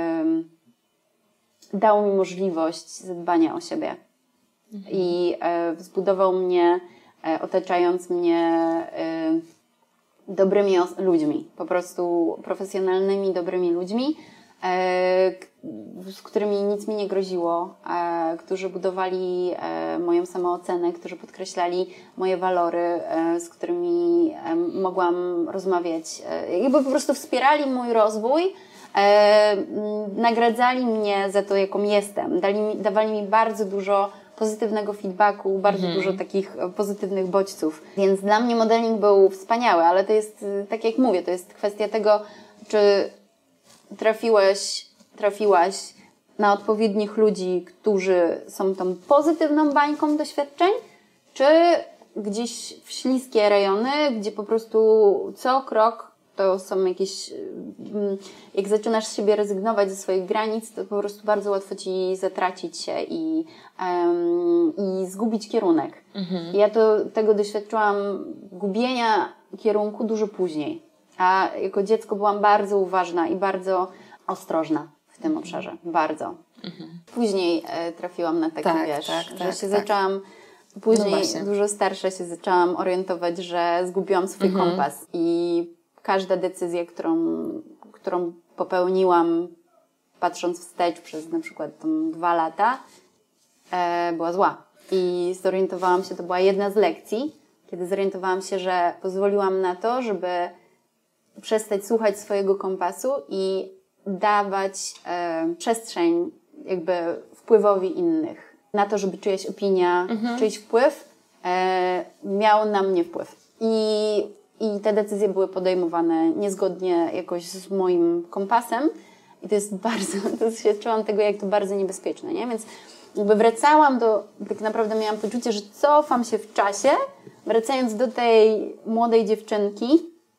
dał mi możliwość zadbania o siebie i zbudował mnie, otaczając mnie dobrymi ludźmi, po prostu profesjonalnymi, dobrymi ludźmi, z którymi nic mi nie groziło, którzy budowali moją samoocenę, którzy podkreślali moje walory, z którymi mogłam rozmawiać, jakby po prostu wspierali mój rozwój, nagradzali mnie za to, jaką jestem, dawali mi bardzo dużo pozytywnego feedbacku, bardzo dużo takich pozytywnych bodźców. Więc dla mnie modeling był wspaniały, ale to jest, tak jak mówię, to jest kwestia tego, czy trafiłaś na odpowiednich ludzi, którzy są tą pozytywną bańką doświadczeń, czy gdzieś w śliskie rejony, gdzie po prostu co krok to są jakieś, jak zaczynasz z siebie rezygnować ze swoich granic, to po prostu bardzo łatwo ci zatracić się i zgubić kierunek. Ja tego doświadczyłam, gubienia kierunku dużo później. A jako dziecko byłam bardzo uważna i bardzo ostrożna w tym obszarze. Bardzo. Później trafiłam na taki, że się zaczęłam, później dużo starsza się zaczęłam orientować, że zgubiłam swój kompas i każda decyzja, którą popełniłam, patrząc wstecz przez na przykład 2 lata, była zła. I zorientowałam się, to była jedna z lekcji, kiedy zorientowałam się, że pozwoliłam na to, żeby przestać słuchać swojego kompasu i dawać przestrzeń jakby wpływowi innych. Na to, żeby czyjaś opinia, czyjś wpływ miał na mnie wpływ. I te decyzje były podejmowane niezgodnie jakoś z moim kompasem i to jest doświadczyłam tego, jak to bardzo niebezpieczne, nie? Więc jakby wracałam tak naprawdę miałam poczucie, że cofam się w czasie, wracając do tej młodej dziewczynki,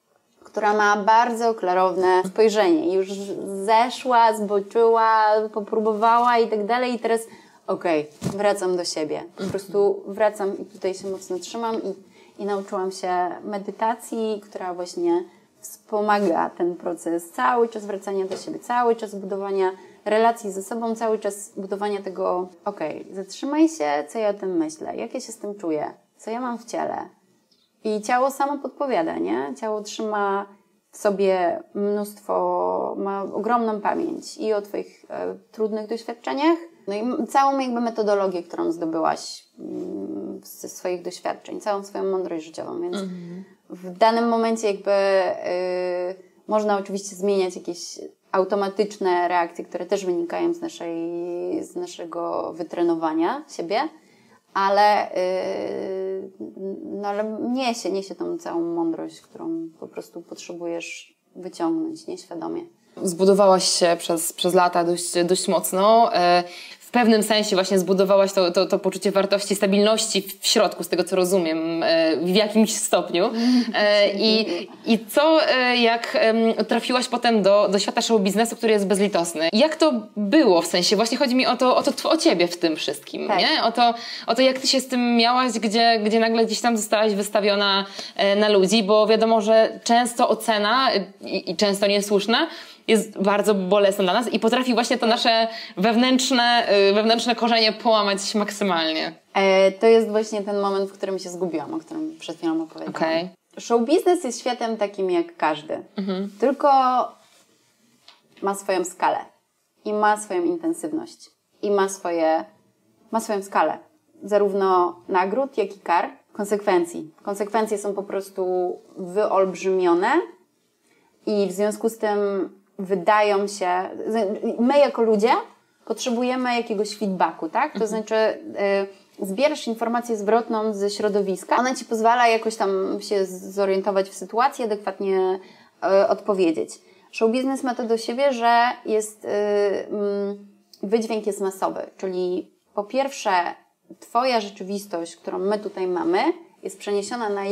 która ma bardzo klarowne spojrzenie. Już zeszła, zboczyła, popróbowała i tak dalej i teraz wracam do siebie. Po prostu wracam i tutaj się mocno trzymam i nauczyłam się medytacji, która właśnie wspomaga ten proces, cały czas wracania do siebie, cały czas budowania relacji ze sobą, cały czas budowania tego, zatrzymaj się, co ja o tym myślę, jak ja się z tym czuję, co ja mam w ciele. I ciało samo podpowiada, nie? Ciało trzyma w sobie mnóstwo, ma ogromną pamięć i o Twoich trudnych doświadczeniach, no i całą jakby metodologię, którą zdobyłaś ze swoich doświadczeń, całą swoją mądrość życiową, więc w danym momencie jakby można oczywiście zmieniać jakieś automatyczne reakcje, które też wynikają z naszego wytrenowania siebie, ale niesie tą całą mądrość, którą po prostu potrzebujesz wyciągnąć nieświadomie. Zbudowałaś się przez lata dość mocno. W pewnym sensie właśnie zbudowałaś to poczucie wartości, stabilności w środku, z tego co rozumiem, w jakimś stopniu. I co, jak trafiłaś potem do świata show biznesu, który jest bezlitosny? Jak to było w sensie? Właśnie chodzi mi o ciebie w tym wszystkim, tak. Nie? O to, jak ty się z tym miałaś, gdzie nagle gdzieś tam zostałaś wystawiona na ludzi, bo wiadomo, że często ocena i często niesłuszna jest bardzo bolesna dla nas i potrafi właśnie to nasze wewnętrzne korzenie połamać maksymalnie. To jest właśnie ten moment, w którym się zgubiłam, o którym przed chwilą opowiedziałam. Show biznes jest światem takim jak każdy. Tylko ma swoją skalę i ma swoją intensywność i ma swoją skalę. Zarówno nagród, jak i kar, konsekwencji. Konsekwencje są po prostu wyolbrzymione i w związku z tym wydają się, my jako ludzie potrzebujemy jakiegoś feedbacku, tak? To znaczy zbierasz informację zwrotną ze środowiska, ona ci pozwala jakoś tam się zorientować w sytuacji, adekwatnie odpowiedzieć. Show biznes ma to do siebie, że jest wydźwięk jest masowy, czyli po pierwsze Twoja rzeczywistość, którą my tutaj mamy, jest przeniesiona na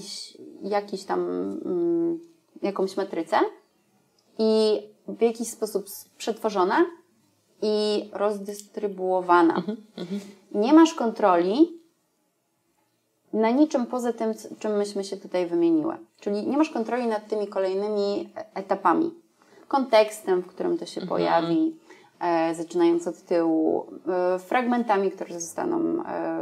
jakąś matrycę i w jakiś sposób przetworzona i rozdystrybuowana. Nie masz kontroli na niczym poza tym, czym myśmy się tutaj wymieniły. Czyli nie masz kontroli nad tymi kolejnymi etapami. Kontekstem, w którym to się pojawi, zaczynając od tyłu, fragmentami, które zostaną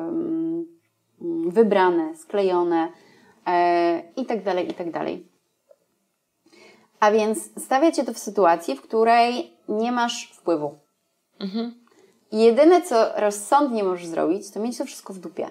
wybrane, sklejone i tak dalej, i tak dalej. A więc stawia cię to w sytuacji, w której nie masz wpływu. I jedyne, co rozsądnie możesz zrobić, to mieć to wszystko w dupie.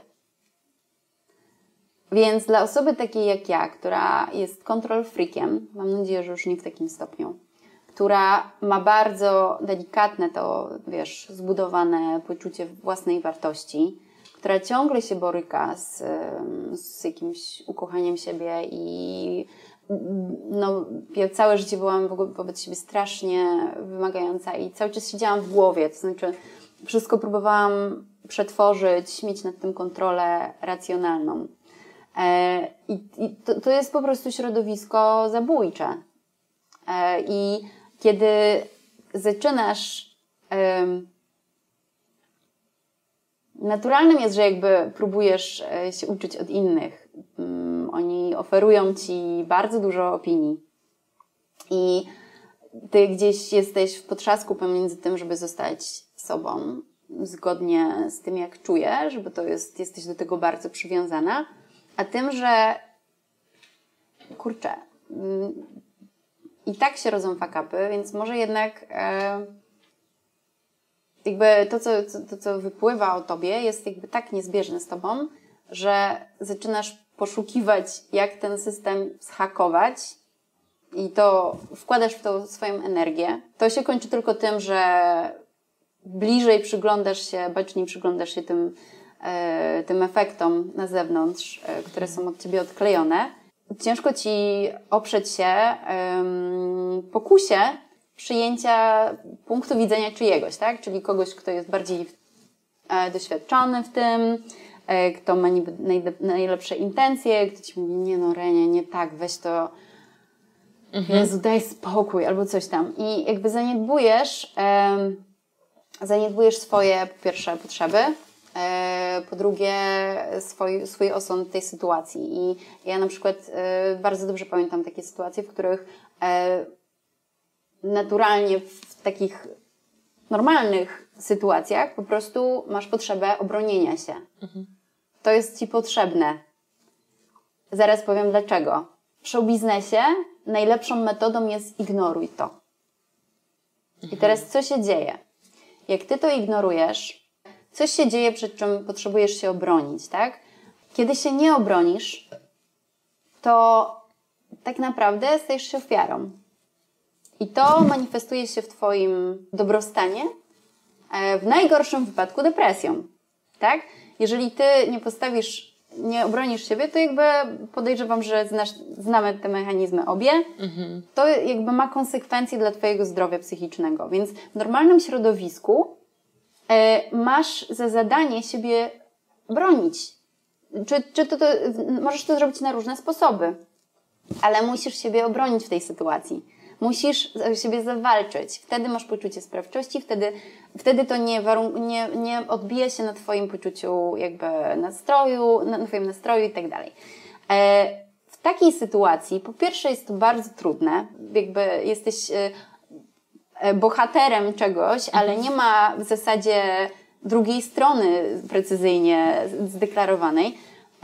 Więc dla osoby takiej jak ja, która jest control freakiem, mam nadzieję, że już nie w takim stopniu, która ma bardzo delikatne zbudowane poczucie własnej wartości, która ciągle się boryka z jakimś ukochaniem siebie i ja całe życie byłam wobec siebie strasznie wymagająca i cały czas siedziałam w głowie, to znaczy wszystko próbowałam przetworzyć, mieć nad tym kontrolę racjonalną. I to jest po prostu środowisko zabójcze. I kiedy zaczynasz... Naturalnym jest, że jakby próbujesz się uczyć od innych. Oni oferują ci bardzo dużo opinii. I ty gdzieś jesteś w potrzasku pomiędzy tym, żeby zostać sobą, zgodnie z tym, jak czujesz, bo jesteś do tego bardzo przywiązana, a tym, że i tak się rodzą fuck-upy, więc może jednak jakby to, co wypływa o tobie, jest jakby tak niezbieżne z tobą, że zaczynasz poszukiwać, jak ten system zhakować i to wkładasz w to swoją energię. To się kończy tylko tym, że baczniej przyglądasz się tym efektom na zewnątrz, które są od ciebie odklejone. Ciężko ci oprzeć się pokusie przyjęcia punktu widzenia czyjegoś, tak? Czyli kogoś, kto jest bardziej doświadczony w tym, kto ma niby najlepsze intencje, kto ci mówi, nie no Renia, nie tak, weź to Jezu, daj spokój, albo coś tam. I jakby zaniedbujesz swoje, po pierwsze, potrzeby, po drugie, swój osąd tej sytuacji. I ja na przykład bardzo dobrze pamiętam takie sytuacje, w których naturalnie w takich normalnych sytuacjach po prostu masz potrzebę obronienia się. To jest ci potrzebne. Zaraz powiem dlaczego. W showbiznesie najlepszą metodą jest ignoruj to. I teraz co się dzieje? Jak ty to ignorujesz, coś się dzieje, przed czym potrzebujesz się obronić, tak? Kiedy się nie obronisz, to tak naprawdę stajesz się ofiarą. I to manifestuje się w twoim dobrostanie, w najgorszym wypadku depresją, tak? Jeżeli ty nie obronisz siebie, to jakby podejrzewam, że znamy te mechanizmy obie, to jakby ma konsekwencje dla twojego zdrowia psychicznego. Więc w normalnym środowisku masz za zadanie siebie bronić. Możesz to zrobić na różne sposoby, ale musisz siebie obronić w tej sytuacji. Musisz o siebie zawalczyć. Wtedy masz poczucie sprawczości, wtedy to nie odbija się na twoim poczuciu jakby nastroju, na twoim nastroju i tak dalej. W takiej sytuacji, po pierwsze jest to bardzo trudne, jakby jesteś bohaterem czegoś, ale nie ma w zasadzie drugiej strony precyzyjnie zdeklarowanej.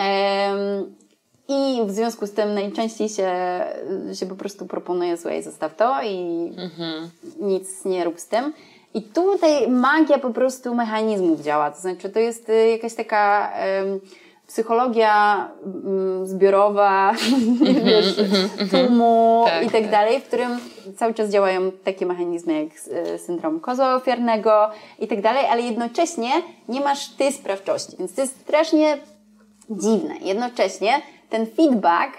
I w związku z tym najczęściej się po prostu proponuje, słuchaj, zostaw to i nic nie rób z tym. I tutaj magia po prostu mechanizmów działa. To znaczy, to jest jakaś taka psychologia zbiorowa, wiesz, tłumu i tak dalej, w którym cały czas działają takie mechanizmy jak syndrom kozła ofiarnego i tak dalej, ale jednocześnie nie masz ty sprawczości. Więc to jest strasznie dziwne. Jednocześnie ten feedback,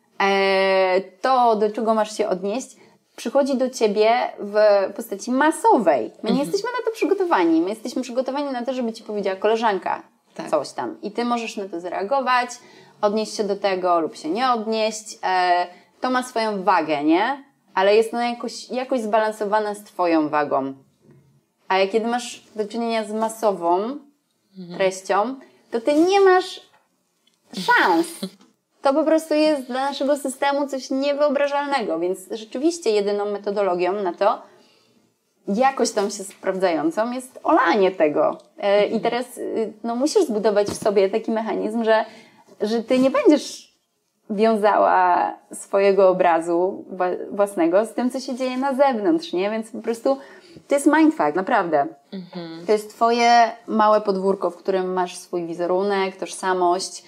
to do czego masz się odnieść, przychodzi do ciebie w postaci masowej. My nie jesteśmy na to przygotowani. My jesteśmy przygotowani na to, żeby ci powiedziała koleżanka coś tam. I ty możesz na to zareagować, odnieść się do tego lub się nie odnieść. To ma swoją wagę, nie? Ale jest ona jakoś zbalansowana z twoją wagą. A kiedy masz do czynienia z masową treścią, to ty nie masz szans. To po prostu jest dla naszego systemu coś niewyobrażalnego, więc rzeczywiście jedyną metodologią na to, jakoś tam się sprawdzającą, jest olanie tego. I teraz musisz zbudować w sobie taki mechanizm, że ty nie będziesz wiązała swojego obrazu własnego z tym, co się dzieje na zewnątrz, nie? Więc po prostu to jest mindfuck, naprawdę. To jest twoje małe podwórko, w którym masz swój wizerunek, tożsamość.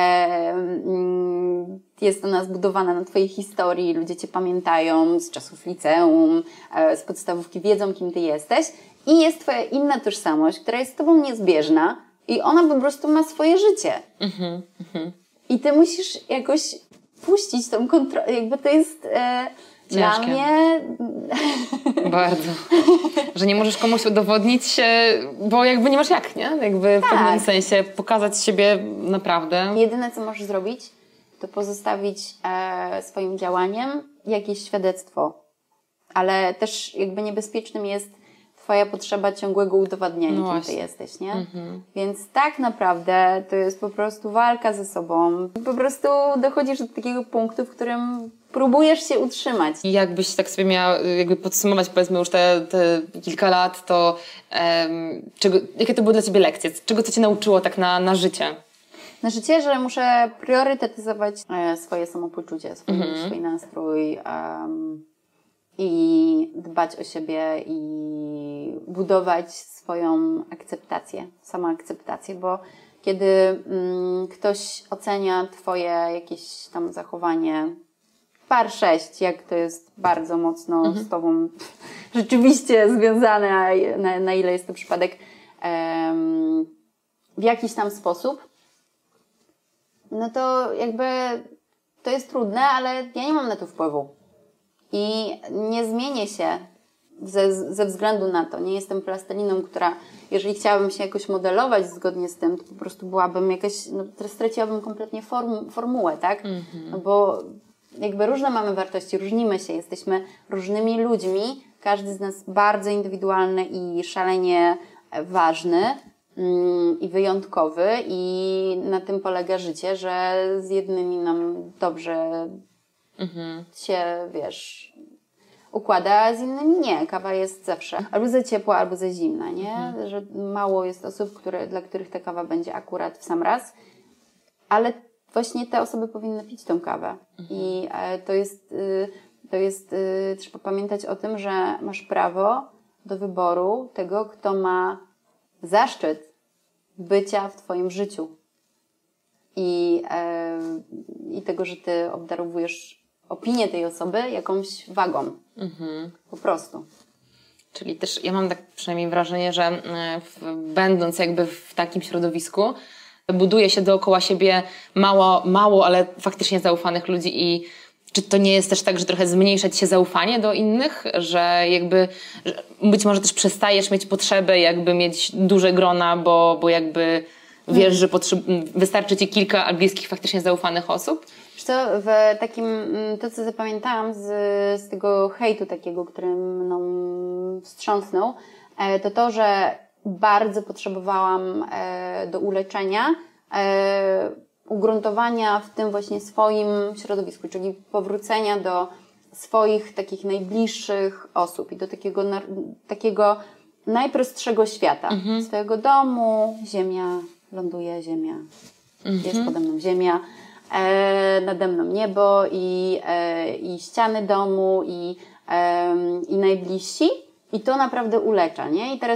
Jest ona zbudowana na twojej historii, ludzie cię pamiętają z czasów liceum, z podstawówki, wiedzą, kim ty jesteś i jest twoja inna tożsamość, która jest z tobą niezbieżna i ona po prostu ma swoje życie. I ty musisz jakoś puścić tą kontrolę, jakby to jest dla mnie... Bardzo. Że nie możesz komuś udowodnić, bo jakby nie masz jak, nie? Jakby w pewnym sensie pokazać siebie naprawdę. Jedyne, co możesz zrobić, to pozostawić swoim działaniem jakieś świadectwo. Ale też jakby niebezpiecznym jest twoja potrzeba ciągłego udowadniania, kim ty jesteś, nie? Więc tak naprawdę to jest po prostu walka ze sobą. Po prostu dochodzisz do takiego punktu, w którym próbujesz się utrzymać. I jakbyś tak sobie miała jakby podsumować, powiedzmy już te kilka lat, to jakie to były dla ciebie lekcje? Czego to cię nauczyło tak na życie? Na życie, że muszę priorytetyzować swoje samopoczucie, swój nastrój i dbać o siebie i budować swoją akceptację, samoakceptację, bo kiedy ktoś ocenia twoje jakieś tam zachowanie par 6, jak to jest bardzo mocno z tobą rzeczywiście związane, na ile jest to przypadek, w jakiś tam sposób, no to jakby to jest trudne, ale ja nie mam na to wpływu. I nie zmienię się ze względu na to. Nie jestem plasteliną, która, jeżeli chciałabym się jakoś modelować zgodnie z tym, to po prostu byłabym jakaś, straciłabym kompletnie formułę, tak? No bo jakby różne mamy wartości, różnimy się, jesteśmy różnymi ludźmi, każdy z nas bardzo indywidualny i szalenie ważny i wyjątkowy i na tym polega życie, że z jednymi nam dobrze się, wiesz, układa, a z innymi nie. Kawa jest zawsze albo za ciepła, albo za zimna, nie? Że mało jest osób, dla których ta kawa będzie akurat w sam raz, ale właśnie te osoby powinny pić tą kawę. I to jest, trzeba pamiętać o tym, że masz prawo do wyboru tego, kto ma zaszczyt bycia w twoim życiu. I tego, że ty obdarowujesz opinię tej osoby jakąś wagą. Po prostu. Czyli też ja mam tak przynajmniej wrażenie, że będąc jakby w takim środowisku, buduje się dookoła siebie mało, ale faktycznie zaufanych ludzi i czy to nie jest też tak, że trochę zmniejsza ci się zaufanie do innych, że jakby że być może też przestajesz mieć potrzeby jakby mieć duże grona, bo jakby wiesz, że wystarczy ci kilka bliskich faktycznie zaufanych osób? Wiesz co, to co zapamiętałam z tego hejtu takiego, który mną wstrząsnął, to, że bardzo potrzebowałam do uleczenia ugruntowania w tym właśnie swoim środowisku, czyli powrócenia do swoich takich najbliższych osób i do takiego najprostszego świata. Swojego domu, ziemia, ląduje ziemia, jest pode mną ziemia, nade mną niebo i ściany domu i najbliżsi i to naprawdę ulecza, nie? I teraz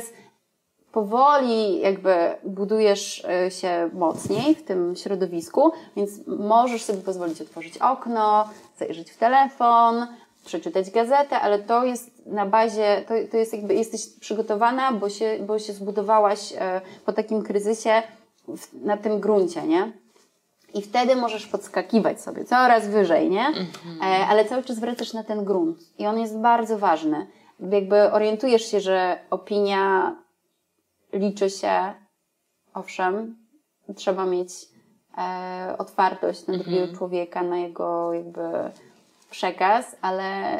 powoli jakby budujesz się mocniej w tym środowisku, więc możesz sobie pozwolić otworzyć okno, zajrzeć w telefon, przeczytać gazetę, ale to jest na bazie, to jest jakby jesteś przygotowana, bo się zbudowałaś po takim kryzysie na tym gruncie, nie? I wtedy możesz podskakiwać sobie coraz wyżej, nie? Ale cały czas wracasz na ten grunt i on jest bardzo ważny. Jakby orientujesz się, że opinia liczy się, owszem, trzeba mieć otwartość na drugiego człowieka, na jego jakby przekaz, ale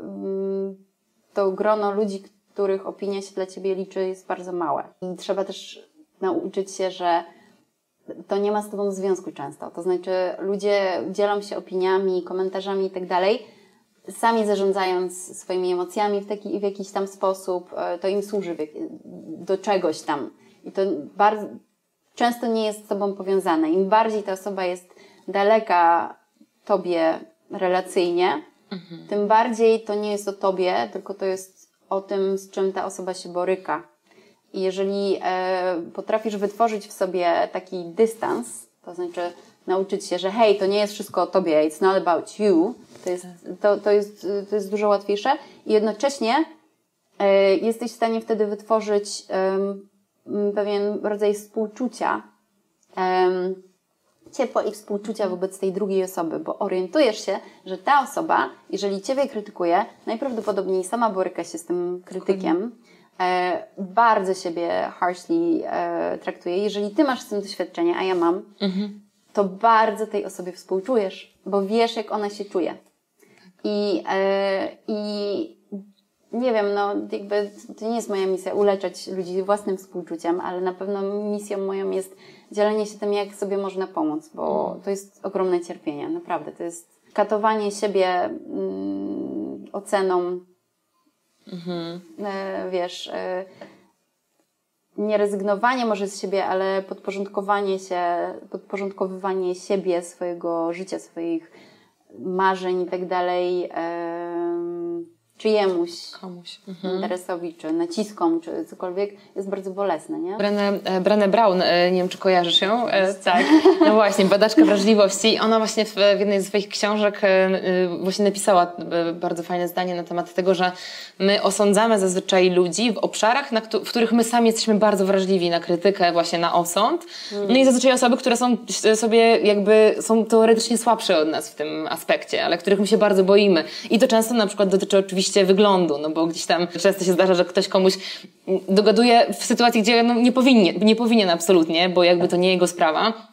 to grono ludzi, których opinia się dla ciebie liczy, jest bardzo małe. I trzeba też nauczyć się, że to nie ma z tobą związku często. To znaczy ludzie dzielą się opiniami, komentarzami i tak dalej, sami zarządzając swoimi emocjami w jakiś tam sposób, to im służy do czegoś tam. I to bardzo często nie jest z tobą powiązane. Im bardziej ta osoba jest daleka tobie relacyjnie, tym bardziej to nie jest o tobie, tylko to jest o tym, z czym ta osoba się boryka. I jeżeli potrafisz wytworzyć w sobie taki dystans, to znaczy nauczyć się, że hej, to nie jest wszystko o tobie, it's not about you, to jest dużo łatwiejsze i jednocześnie jesteś w stanie wtedy wytworzyć pewien rodzaj współczucia, ciepła i współczucia wobec tej drugiej osoby, bo orientujesz się, że ta osoba, jeżeli ciebie krytykuje, najprawdopodobniej sama boryka się z tym krytykiem, bardzo siebie harshly traktuje. Jeżeli ty masz z tym doświadczenie, a ja mam, to bardzo tej osobie współczujesz, bo wiesz, jak ona się czuje. I nie wiem, no jakby to nie jest moja misja uleczać ludzi własnym współczuciem, ale na pewno misją moją jest dzielenie się tym, jak sobie można pomóc, bo to jest ogromne cierpienie, naprawdę. To jest katowanie siebie oceną, wiesz, nie rezygnowanie może z siebie, ale podporządkowywanie siebie, swojego życia, swoich marzeń i tak dalej komuś interesowi, czy naciskom, czy cokolwiek, jest bardzo bolesne, nie? Brené Brown, nie wiem, czy kojarzysz ją? Tak. No właśnie, badaczka wrażliwości. Ona właśnie w jednej ze swoich książek właśnie napisała bardzo fajne zdanie na temat tego, że my osądzamy zazwyczaj ludzi w obszarach, w których my sami jesteśmy bardzo wrażliwi na krytykę, właśnie na osąd. No i zazwyczaj osoby, które są teoretycznie słabsze od nas w tym aspekcie, ale których my się bardzo boimy. I to często na przykład dotyczy oczywiście wyglądu, no bo gdzieś tam często się zdarza, że ktoś komuś dogaduje w sytuacji, gdzie no nie powinien absolutnie, bo jakby to nie jego sprawa.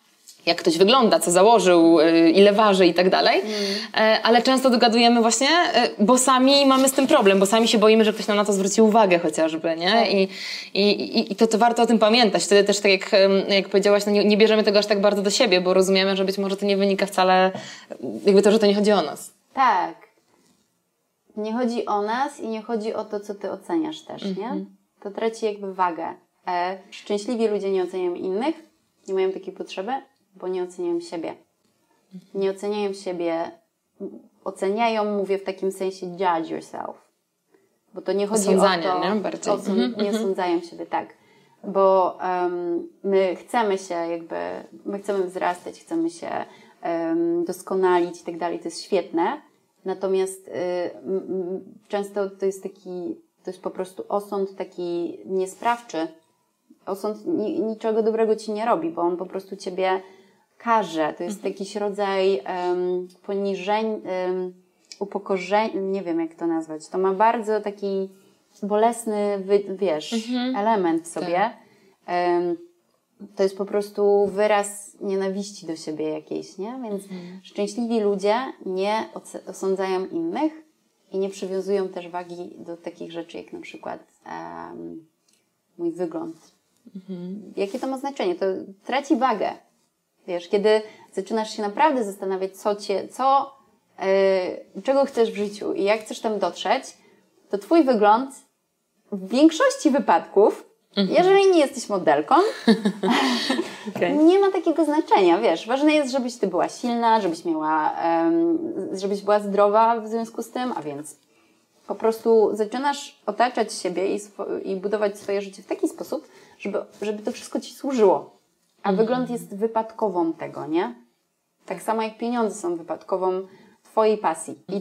jak ktoś wygląda, co założył, ile waży i tak dalej, ale często dogadujemy właśnie, bo sami mamy z tym problem, bo sami się boimy, że ktoś nam na to zwróci uwagę chociażby, nie? I to warto o tym pamiętać. Wtedy też, tak jak powiedziałaś, no nie bierzemy tego aż tak bardzo do siebie, bo rozumiemy, że być może to nie wynika wcale, jakby to, że to nie chodzi o nas. Tak. Nie chodzi o nas i nie chodzi o to, co ty oceniasz też, nie? To traci jakby wagę. Szczęśliwi ludzie nie oceniają innych, nie mają takiej potrzeby, bo nie oceniają siebie. Nie oceniają siebie, oceniają, mówię w takim sensie judge yourself. Bo to nie chodzi Osądzanie, o to... nie? Bardziej. Nie osądzają siebie, tak. Bo my chcemy się jakby, my chcemy wzrastać, chcemy się doskonalić i tak dalej, to jest świetne. Natomiast często to jest po prostu osąd taki niesprawczy. Osąd niczego dobrego ci nie robi, bo on po prostu ciebie karze. To jest jakiś rodzaj poniżeń, upokorzenia, nie wiem jak to nazwać. To ma bardzo taki bolesny, element w sobie. Tak. To jest po prostu wyraz nienawiści do siebie jakiejś, nie? Więc szczęśliwi ludzie nie osądzają innych i nie przywiązują też wagi do takich rzeczy, jak na przykład mój wygląd. Jakie to ma znaczenie? To traci wagę. Wiesz, kiedy zaczynasz się naprawdę zastanawiać, czego chcesz w życiu i jak chcesz tam dotrzeć, to twój wygląd w większości wypadków, jeżeli nie jesteś modelką, nie ma takiego znaczenia, wiesz. Ważne jest, żebyś ty była silna, żebyś była zdrowa w związku z tym, a więc po prostu zaczynasz otaczać siebie i budować swoje życie w taki sposób, żeby to wszystko ci służyło. A wygląd jest wypadkową tego, nie? Tak samo jak pieniądze są wypadkową twojej pasji i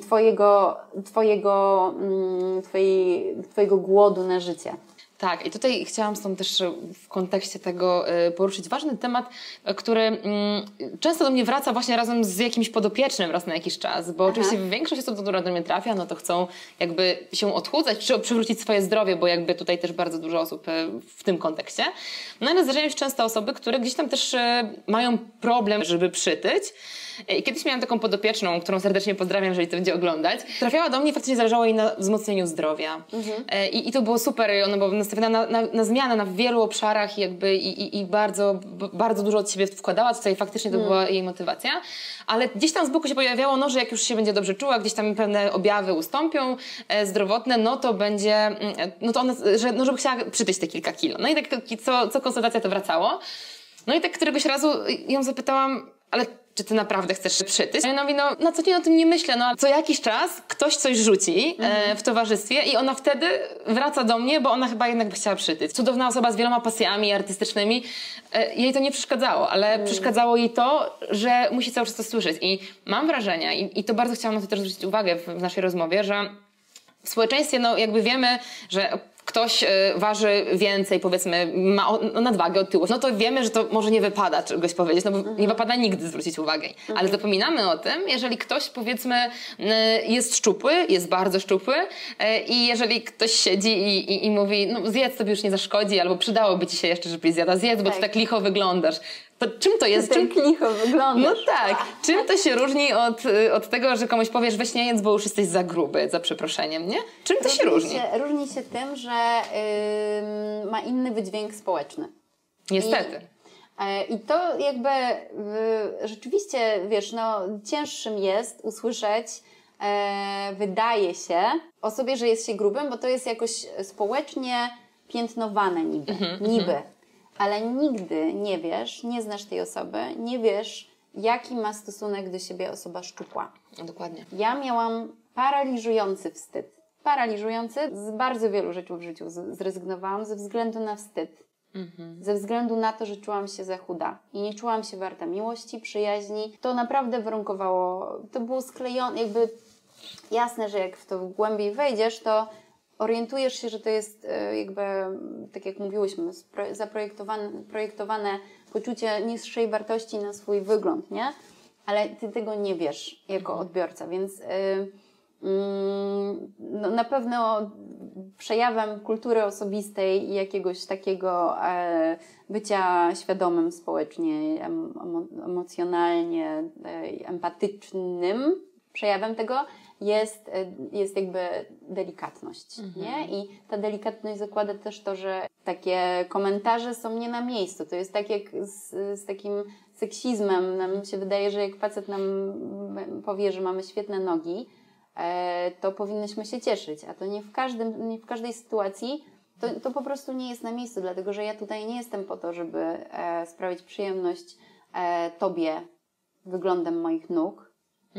twojego głodu na życie. Tak, i tutaj chciałam stąd też w kontekście tego poruszyć ważny temat, który często do mnie wraca właśnie razem z jakimś podopiecznym raz na jakiś czas, bo oczywiście większość osób, która do mnie trafia, no to chcą jakby się odchudzać, czy przywrócić swoje zdrowie, bo jakby tutaj też bardzo dużo osób w tym kontekście. No ale zdarzają się często osoby, które gdzieś tam też mają problem, żeby przytyć. I kiedyś miałam taką podopieczną, którą serdecznie pozdrawiam, jeżeli to będzie oglądać. Trafiała do mnie i faktycznie zależało jej na wzmocnieniu zdrowia. I to było super. Ona była nastawiona na zmianę na wielu obszarach i bardzo, bardzo dużo od siebie wkładała. Tutaj faktycznie to była jej motywacja. Ale gdzieś tam z boku się pojawiało, że jak już się będzie dobrze czuła, gdzieś tam pewne objawy ustąpią zdrowotne, no to będzie, no to ona, żeby chciała przytyć te kilka kilo. No i tak co konsultacja to wracało. No i tak któregoś razu ją zapytałam, ale czy ty naprawdę chcesz przytyć? I ona mówi, na co dzień o tym nie myślę, a co jakiś czas ktoś coś rzuci w towarzystwie i ona wtedy wraca do mnie, bo ona chyba jednak by chciała przytyć. Cudowna osoba z wieloma pasjami artystycznymi, jej to nie przeszkadzało, ale przeszkadzało jej to, że musi cały czas to słyszeć. I mam wrażenie, i to bardzo chciałam na to też zwrócić uwagę w naszej rozmowie, że w społeczeństwie jakby wiemy, że ktoś waży więcej, powiedzmy, ma nadwagę, otyłość, no to wiemy, że to może nie wypada czegoś powiedzieć, no bo nie wypada nigdy zwrócić uwagę. Ale zapominamy o tym, jeżeli ktoś, powiedzmy, jest szczupły, jest bardzo szczupły i jeżeli ktoś siedzi i mówi, zjedz, tobie już nie zaszkodzi, albo przydałoby ci się jeszcze, żebyś zjadła, zjedz, bo ty tak licho wyglądasz. To czym to jest? Tak licho wyglądasz. No tak. Czym to się różni od tego, że komuś powiesz, weź nie jedz, bo już jesteś za gruby, za przeproszeniem, nie? Czym to się różni? Różni się tym, że ma inny wydźwięk społeczny. Niestety. I to jakby rzeczywiście, wiesz, cięższym jest usłyszeć, wydaje się, osobie, że jest się grubym, bo to jest jakoś społecznie piętnowane niby. Ale nigdy nie wiesz, nie znasz tej osoby, nie wiesz, jaki ma stosunek do siebie osoba szczupła. Dokładnie. Ja miałam paraliżujący wstyd. Paraliżujący. Z bardzo wielu rzeczy w życiu zrezygnowałam ze względu na wstyd. Ze względu na to, że czułam się za chuda i nie czułam się warta miłości, przyjaźni. To naprawdę warunkowało, to było sklejone, jakby jasne, że jak w to głębiej wejdziesz, to orientujesz się, że to jest jakby, tak jak mówiłyśmy, projektowane poczucie niższej wartości na swój wygląd, nie? Ale ty tego nie wiesz jako odbiorca, więc No, na pewno przejawem kultury osobistej i jakiegoś takiego bycia świadomym społecznie, emocjonalnie, empatycznym przejawem tego jest jakby delikatność, nie? I ta delikatność zakłada też to, że takie komentarze są nie na miejscu. To jest tak jak z takim seksizmem. Nam się wydaje, że jak facet nam powie, że mamy świetne nogi, to powinnyśmy się cieszyć, a to nie w każdej sytuacji to po prostu nie jest na miejscu, dlatego że ja tutaj nie jestem po to, żeby sprawić przyjemność Tobie wyglądem moich nóg.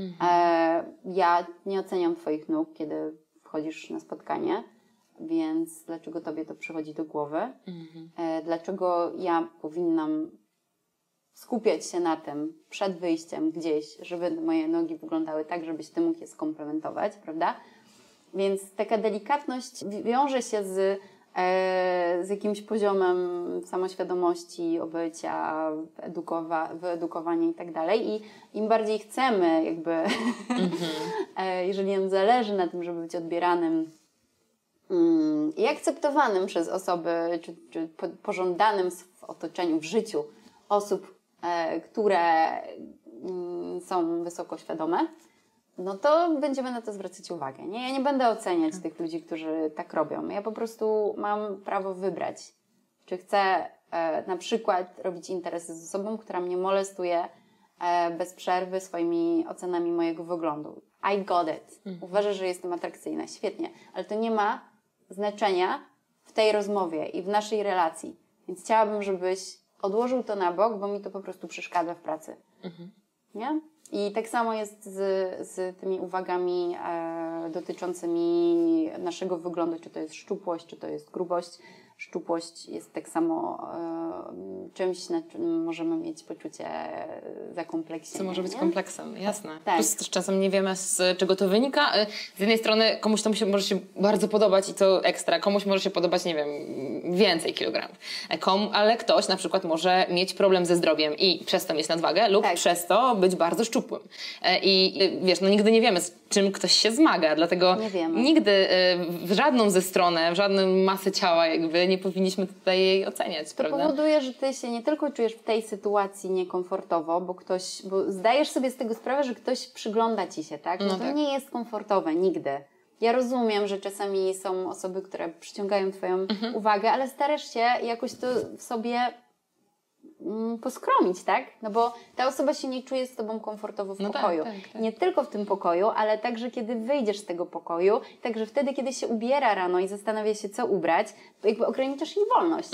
Ja nie oceniam Twoich nóg, kiedy wchodzisz na spotkanie, więc dlaczego Tobie to przychodzi do głowy? Dlaczego ja powinnam skupiać się na tym przed wyjściem gdzieś, żeby moje nogi wyglądały tak, żebyś Ty mógł je skomplementować, prawda? Więc taka delikatność wiąże się z jakimś poziomem samoświadomości, obycia, wyedukowania i tak dalej. I im bardziej chcemy jakby, jeżeli nam zależy na tym, żeby być odbieranym i akceptowanym przez osoby, czy pożądanym w otoczeniu, w życiu osób, które są wysoko świadome, no to będziemy na to zwracać uwagę. Nie? Ja nie będę oceniać tych ludzi, którzy tak robią. Ja po prostu mam prawo wybrać, czy chcę na przykład robić interesy z osobą, która mnie molestuje bez przerwy swoimi ocenami mojego wyglądu. I got it. Uważasz, że jestem atrakcyjna. Świetnie. Ale to nie ma znaczenia w tej rozmowie i w naszej relacji. Więc chciałabym, żebyś odłożył to na bok, bo mi to po prostu przeszkadza w pracy. Nie? I tak samo jest z tymi uwagami dotyczącymi naszego wyglądu, czy to jest szczupłość, czy to jest grubość. Szczupłość jest tak samo czymś, na czym możemy mieć poczucie zakompleksienia. Co może być kompleksem, jasne. Tak. Plus też czasem nie wiemy, z czego to wynika. Z jednej strony komuś to może się bardzo podobać i to ekstra, komuś może się podobać, nie wiem, więcej kilogramów. Ale ktoś na przykład może mieć problem ze zdrowiem i przez to mieć nadwagę lub przez to być bardzo szczupłym. I wiesz, no nigdy nie wiemy, z czym ktoś się zmaga, dlatego nigdy w żadną ze stron, w żadną masę ciała jakby nie powinniśmy tutaj jej oceniać, to prawda? powoduje, że ty się nie tylko czujesz w tej sytuacji niekomfortowo, bo zdajesz sobie z tego sprawę, że ktoś przygląda ci się, tak? No to nie jest komfortowe nigdy. Ja rozumiem, że czasami są osoby, które przyciągają twoją uwagę, ale starasz się jakoś to w sobie poskromić, tak? No bo ta osoba się nie czuje z tobą komfortowo w pokoju. Tak. Nie tylko w tym pokoju, ale także kiedy wyjdziesz z tego pokoju, także wtedy, kiedy się ubiera rano i zastanawia się, co ubrać, to jakby ograniczasz jej wolność.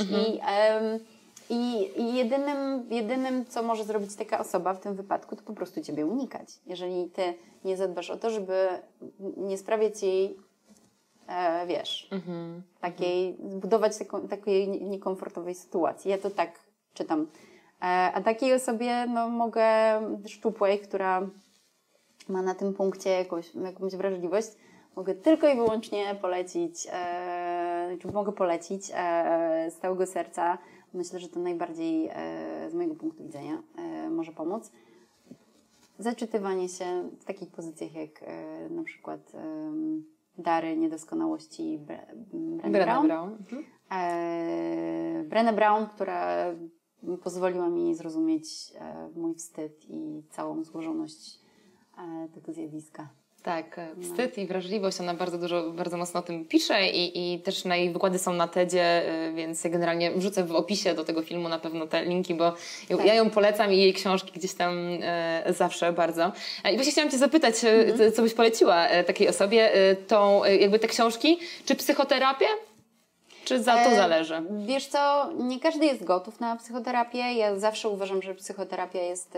I jedynym, co może zrobić taka osoba w tym wypadku, to po prostu ciebie unikać. Jeżeli ty nie zadbasz o to, żeby nie sprawiać jej zbudować takiej niekomfortowej sytuacji. Ja to tak czytam. A takiej osobie mogę, szczupłej, która ma na tym punkcie jakąś wrażliwość, mogę tylko i wyłącznie polecić, mogę polecić z całego serca. Myślę, że to najbardziej z mojego punktu widzenia może pomóc. Zaczytywanie się w takich pozycjach jak na przykład Dary niedoskonałości Brené Brown. Brené Brown, która pozwoliła mi zrozumieć mój wstyd i całą złożoność tego zjawiska. Tak, wstyd i wrażliwość, ona bardzo mocno o tym pisze i też na jej wykłady są na TEDzie, więc ja generalnie wrzucę w opisie do tego filmu na pewno te linki, bo ja ją polecam i jej książki gdzieś tam zawsze bardzo. I właśnie chciałam Cię zapytać, co byś poleciła takiej osobie, jakby te książki, czy psychoterapię? Czy za to zależy? Wiesz co, nie każdy jest gotów na psychoterapię. Ja zawsze uważam, że psychoterapia jest,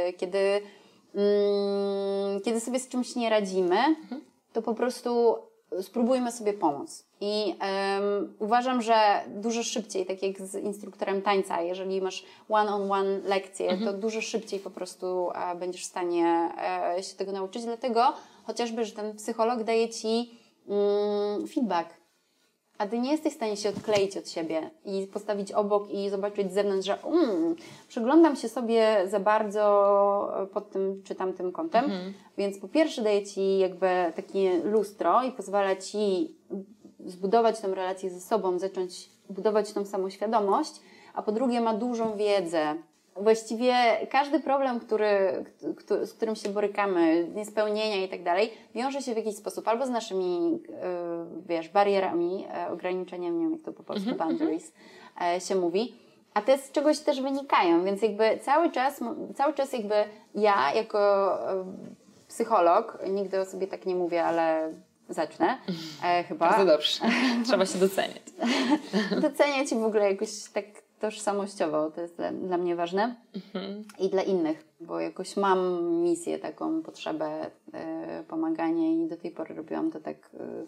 kiedy sobie z czymś nie radzimy, to po prostu spróbujmy sobie pomóc. I uważam, że dużo szybciej, tak jak z instruktorem tańca, jeżeli masz one-on-one lekcje, to dużo szybciej po prostu będziesz w stanie się tego nauczyć. Dlatego chociażby, że ten psycholog daje Ci feedback. a ty nie jesteś w stanie się odkleić od siebie i postawić obok i zobaczyć z zewnątrz, że przyglądam się sobie za bardzo pod tym czy tamtym kątem, więc po pierwsze daje ci jakby takie lustro i pozwala ci zbudować tę relację ze sobą, zacząć budować tą samoświadomość, a po drugie ma dużą wiedzę. Właściwie każdy problem, z którym się borykamy, niespełnienia i tak dalej, wiąże się w jakiś sposób albo z naszymi, barierami, ograniczeniami, nie wiem jak to po polsku, boundaries się mówi, a te z czegoś też wynikają, więc jakby cały czas jakby ja jako psycholog, nigdy o sobie tak nie mówię, ale zacznę chyba. Bardzo dobrze, trzeba się doceniać. Doceniać i w ogóle jakoś tak tożsamościowo, to jest dla mnie ważne i dla innych, bo jakoś mam misję, taką potrzebę pomagania i do tej pory robiłam to tak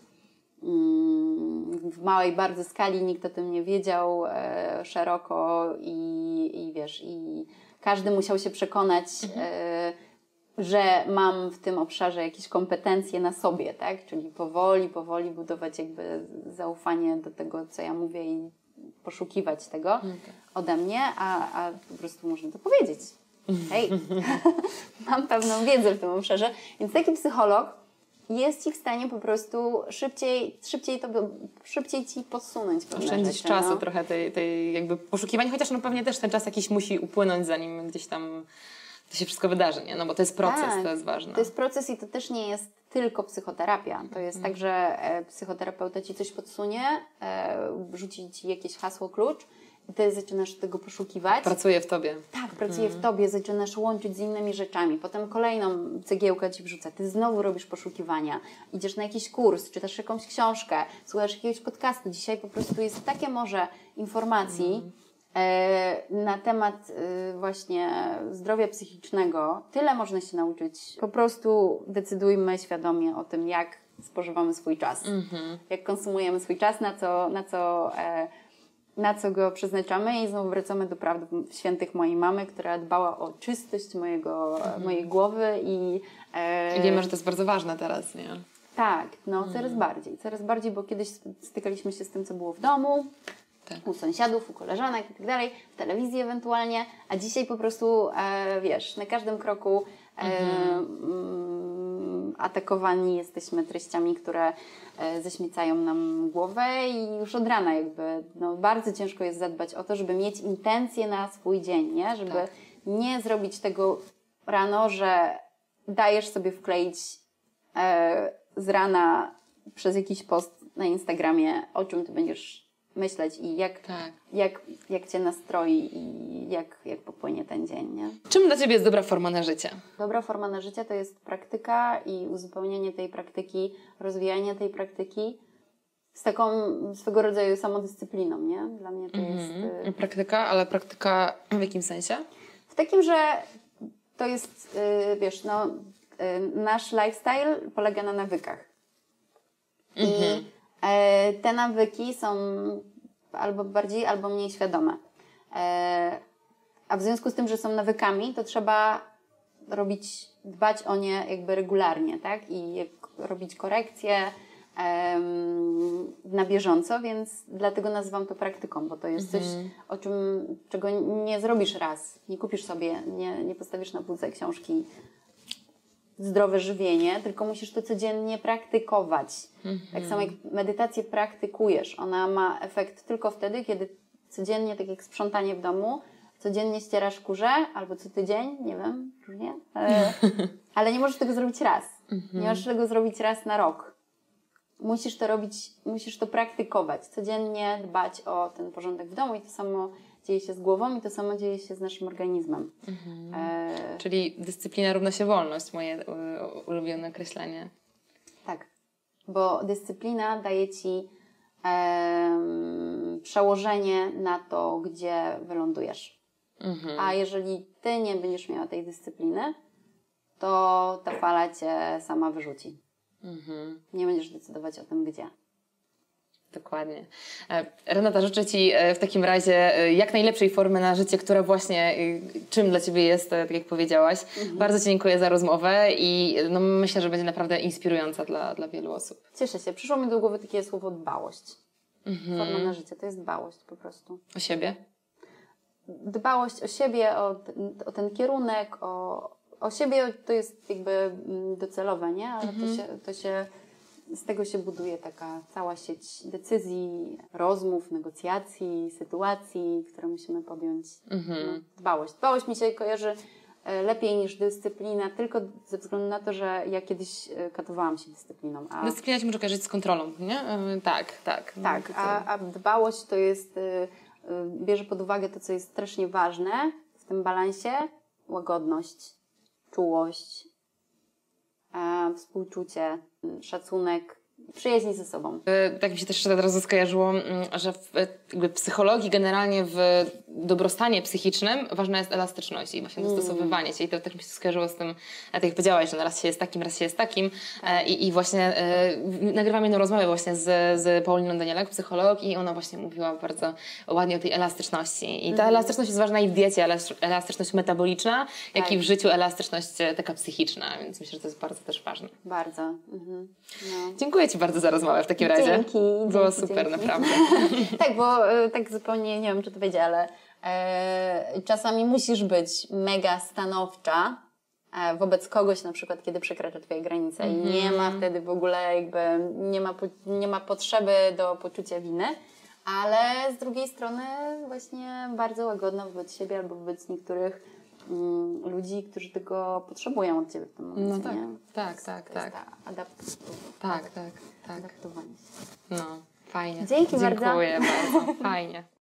w małej bardzo skali, nikt o tym nie wiedział, szeroko i wiesz, i każdy musiał się przekonać, że mam w tym obszarze jakieś kompetencje na sobie, tak? Czyli powoli budować jakby zaufanie do tego, co ja mówię i poszukiwać tego ode mnie, a po prostu można to powiedzieć. Hej, mam pewną wiedzę w tym obszarze, więc taki psycholog jest ci w stanie po prostu szybciej ci podsunąć pewne oszczędzić rzeczy, czasu trochę tej jakby poszukiwań, chociaż no pewnie też ten czas jakiś musi upłynąć, zanim gdzieś tam to się wszystko wydarzy, nie? No bo to jest proces, tak, to jest ważne. To jest proces i to też nie jest tylko psychoterapia. To jest tak, że psychoterapeuta ci coś podsunie, rzuci ci jakieś hasło, klucz i ty zaczynasz tego poszukiwać. Pracuje w tobie. Tak, pracuje w tobie, zaczynasz łączyć z innymi rzeczami. Potem kolejną cegiełkę ci wrzuca. Ty znowu robisz poszukiwania. Idziesz na jakiś kurs, czytasz jakąś książkę, słuchasz jakiegoś podcastu. Dzisiaj po prostu jest takie morze informacji na temat właśnie zdrowia psychicznego. Tyle można się nauczyć. Po prostu decydujmy świadomie o tym, jak spożywamy swój czas. Jak konsumujemy swój czas, na co go przeznaczamy i znowu wracamy do prawd świętych mojej mamy, która dbała o czystość mojej głowy i wiemy, że to jest bardzo ważne teraz, nie? Tak, no coraz bardziej, bo kiedyś stykaliśmy się z tym, co było w domu, u sąsiadów, u koleżanek i tak dalej, w telewizji ewentualnie, a dzisiaj po prostu, wiesz, na każdym kroku atakowani jesteśmy treściami, które zaśmiecają nam głowę i już od rana jakby, no bardzo ciężko jest zadbać o to, żeby mieć intencje na swój dzień, nie? Żeby nie zrobić tego rano, że dajesz sobie wkleić z rana przez jakiś post na Instagramie, o czym ty będziesz myśleć i jak cię nastroi i jak popłynie ten dzień, nie? Czym dla ciebie jest dobra forma na życie? Dobra forma na życie to jest praktyka i uzupełnienie tej praktyki, rozwijanie tej praktyki z taką swego rodzaju samodyscypliną, nie? Dla mnie to jest... Praktyka, ale praktyka w jakim sensie? W takim, że to jest, wiesz, no, nasz lifestyle polega na nawykach. I te nawyki są albo bardziej, albo mniej świadome. A w związku z tym, że są nawykami, to trzeba dbać o nie jakby regularnie, tak? I robić korekcje na bieżąco, więc dlatego nazywam to praktyką, bo to jest coś, czego nie zrobisz raz. Nie kupisz sobie, nie postawisz na półce książki zdrowe żywienie, tylko musisz to codziennie praktykować. Tak samo jak medytację praktykujesz. Ona ma efekt tylko wtedy, kiedy codziennie, tak jak sprzątanie w domu, codziennie ścierasz kurze, albo co tydzień, nie wiem, różnie, ale nie możesz tego zrobić raz. Nie możesz tego zrobić raz na rok. Musisz to robić, musisz to praktykować, codziennie dbać o ten porządek w domu i to samo dzieje się z głową i to samo dzieje się z naszym organizmem. Czyli dyscyplina równa się wolność, moje ulubione określenie. Tak, bo dyscyplina daje ci przełożenie na to, gdzie wylądujesz. A jeżeli ty nie będziesz miała tej dyscypliny, to ta fala cię sama wyrzuci. Nie będziesz decydować o tym, gdzie. Dokładnie. Renata, życzę Ci w takim razie jak najlepszej formy na życie, która właśnie czym dla Ciebie jest, tak jak powiedziałaś. Bardzo Ci dziękuję za rozmowę i no, myślę, że będzie naprawdę inspirująca dla wielu osób. Cieszę się. Przyszło mi do głowy takie słowo dbałość. Forma na życie, to jest dbałość po prostu. O siebie? Dbałość o siebie, o ten kierunek, o siebie to jest jakby docelowe, nie? Ale z tego się buduje taka cała sieć decyzji, rozmów, negocjacji, sytuacji, które musimy podjąć. No, dbałość. Dbałość mi się kojarzy lepiej niż dyscyplina, tylko ze względu na to, że ja kiedyś katowałam się dyscypliną. Dyscyplina się może kojarzyć z kontrolą, nie? Tak. Tak, a dbałość to jest, bierze pod uwagę to, co jest strasznie ważne w tym balansie, łagodność, czułość, współczucie, szacunek, przyjaźń ze sobą. Tak mi się też od razu skojarzyło, że w jakby psychologii generalnie w dobrostanie psychicznym ważna jest elastyczność i właśnie dostosowywanie się. I to też mi się skojarzyło z tym, tak jak powiedziałaś, że raz się jest takim, raz się jest takim. I właśnie nagrywam jedną rozmowę właśnie z Pauliną Danielak, psycholog, i ona właśnie mówiła bardzo ładnie o tej elastyczności. I ta elastyczność jest ważna i w diecie, elastyczność metaboliczna, jak i w życiu elastyczność taka psychiczna, więc myślę, że to jest bardzo też ważne. Bardzo. No. Dziękuję Ci bardzo za rozmowę w takim razie. Było super, naprawdę. Tak, bo tak zupełnie, nie wiem, czy to wiedzieć, ale czasami musisz być mega stanowcza wobec kogoś, na przykład, kiedy przekracza Twoje granice i nie ma wtedy w ogóle jakby, nie ma potrzeby do poczucia winy, ale z drugiej strony właśnie bardzo łagodna wobec siebie albo wobec niektórych ludzi, którzy tego potrzebują od Ciebie w tym momencie. No tak, nie? tak. Adaptowanie się. No, fajnie. Dzięki bardzo. Dziękuję bardzo. Fajnie.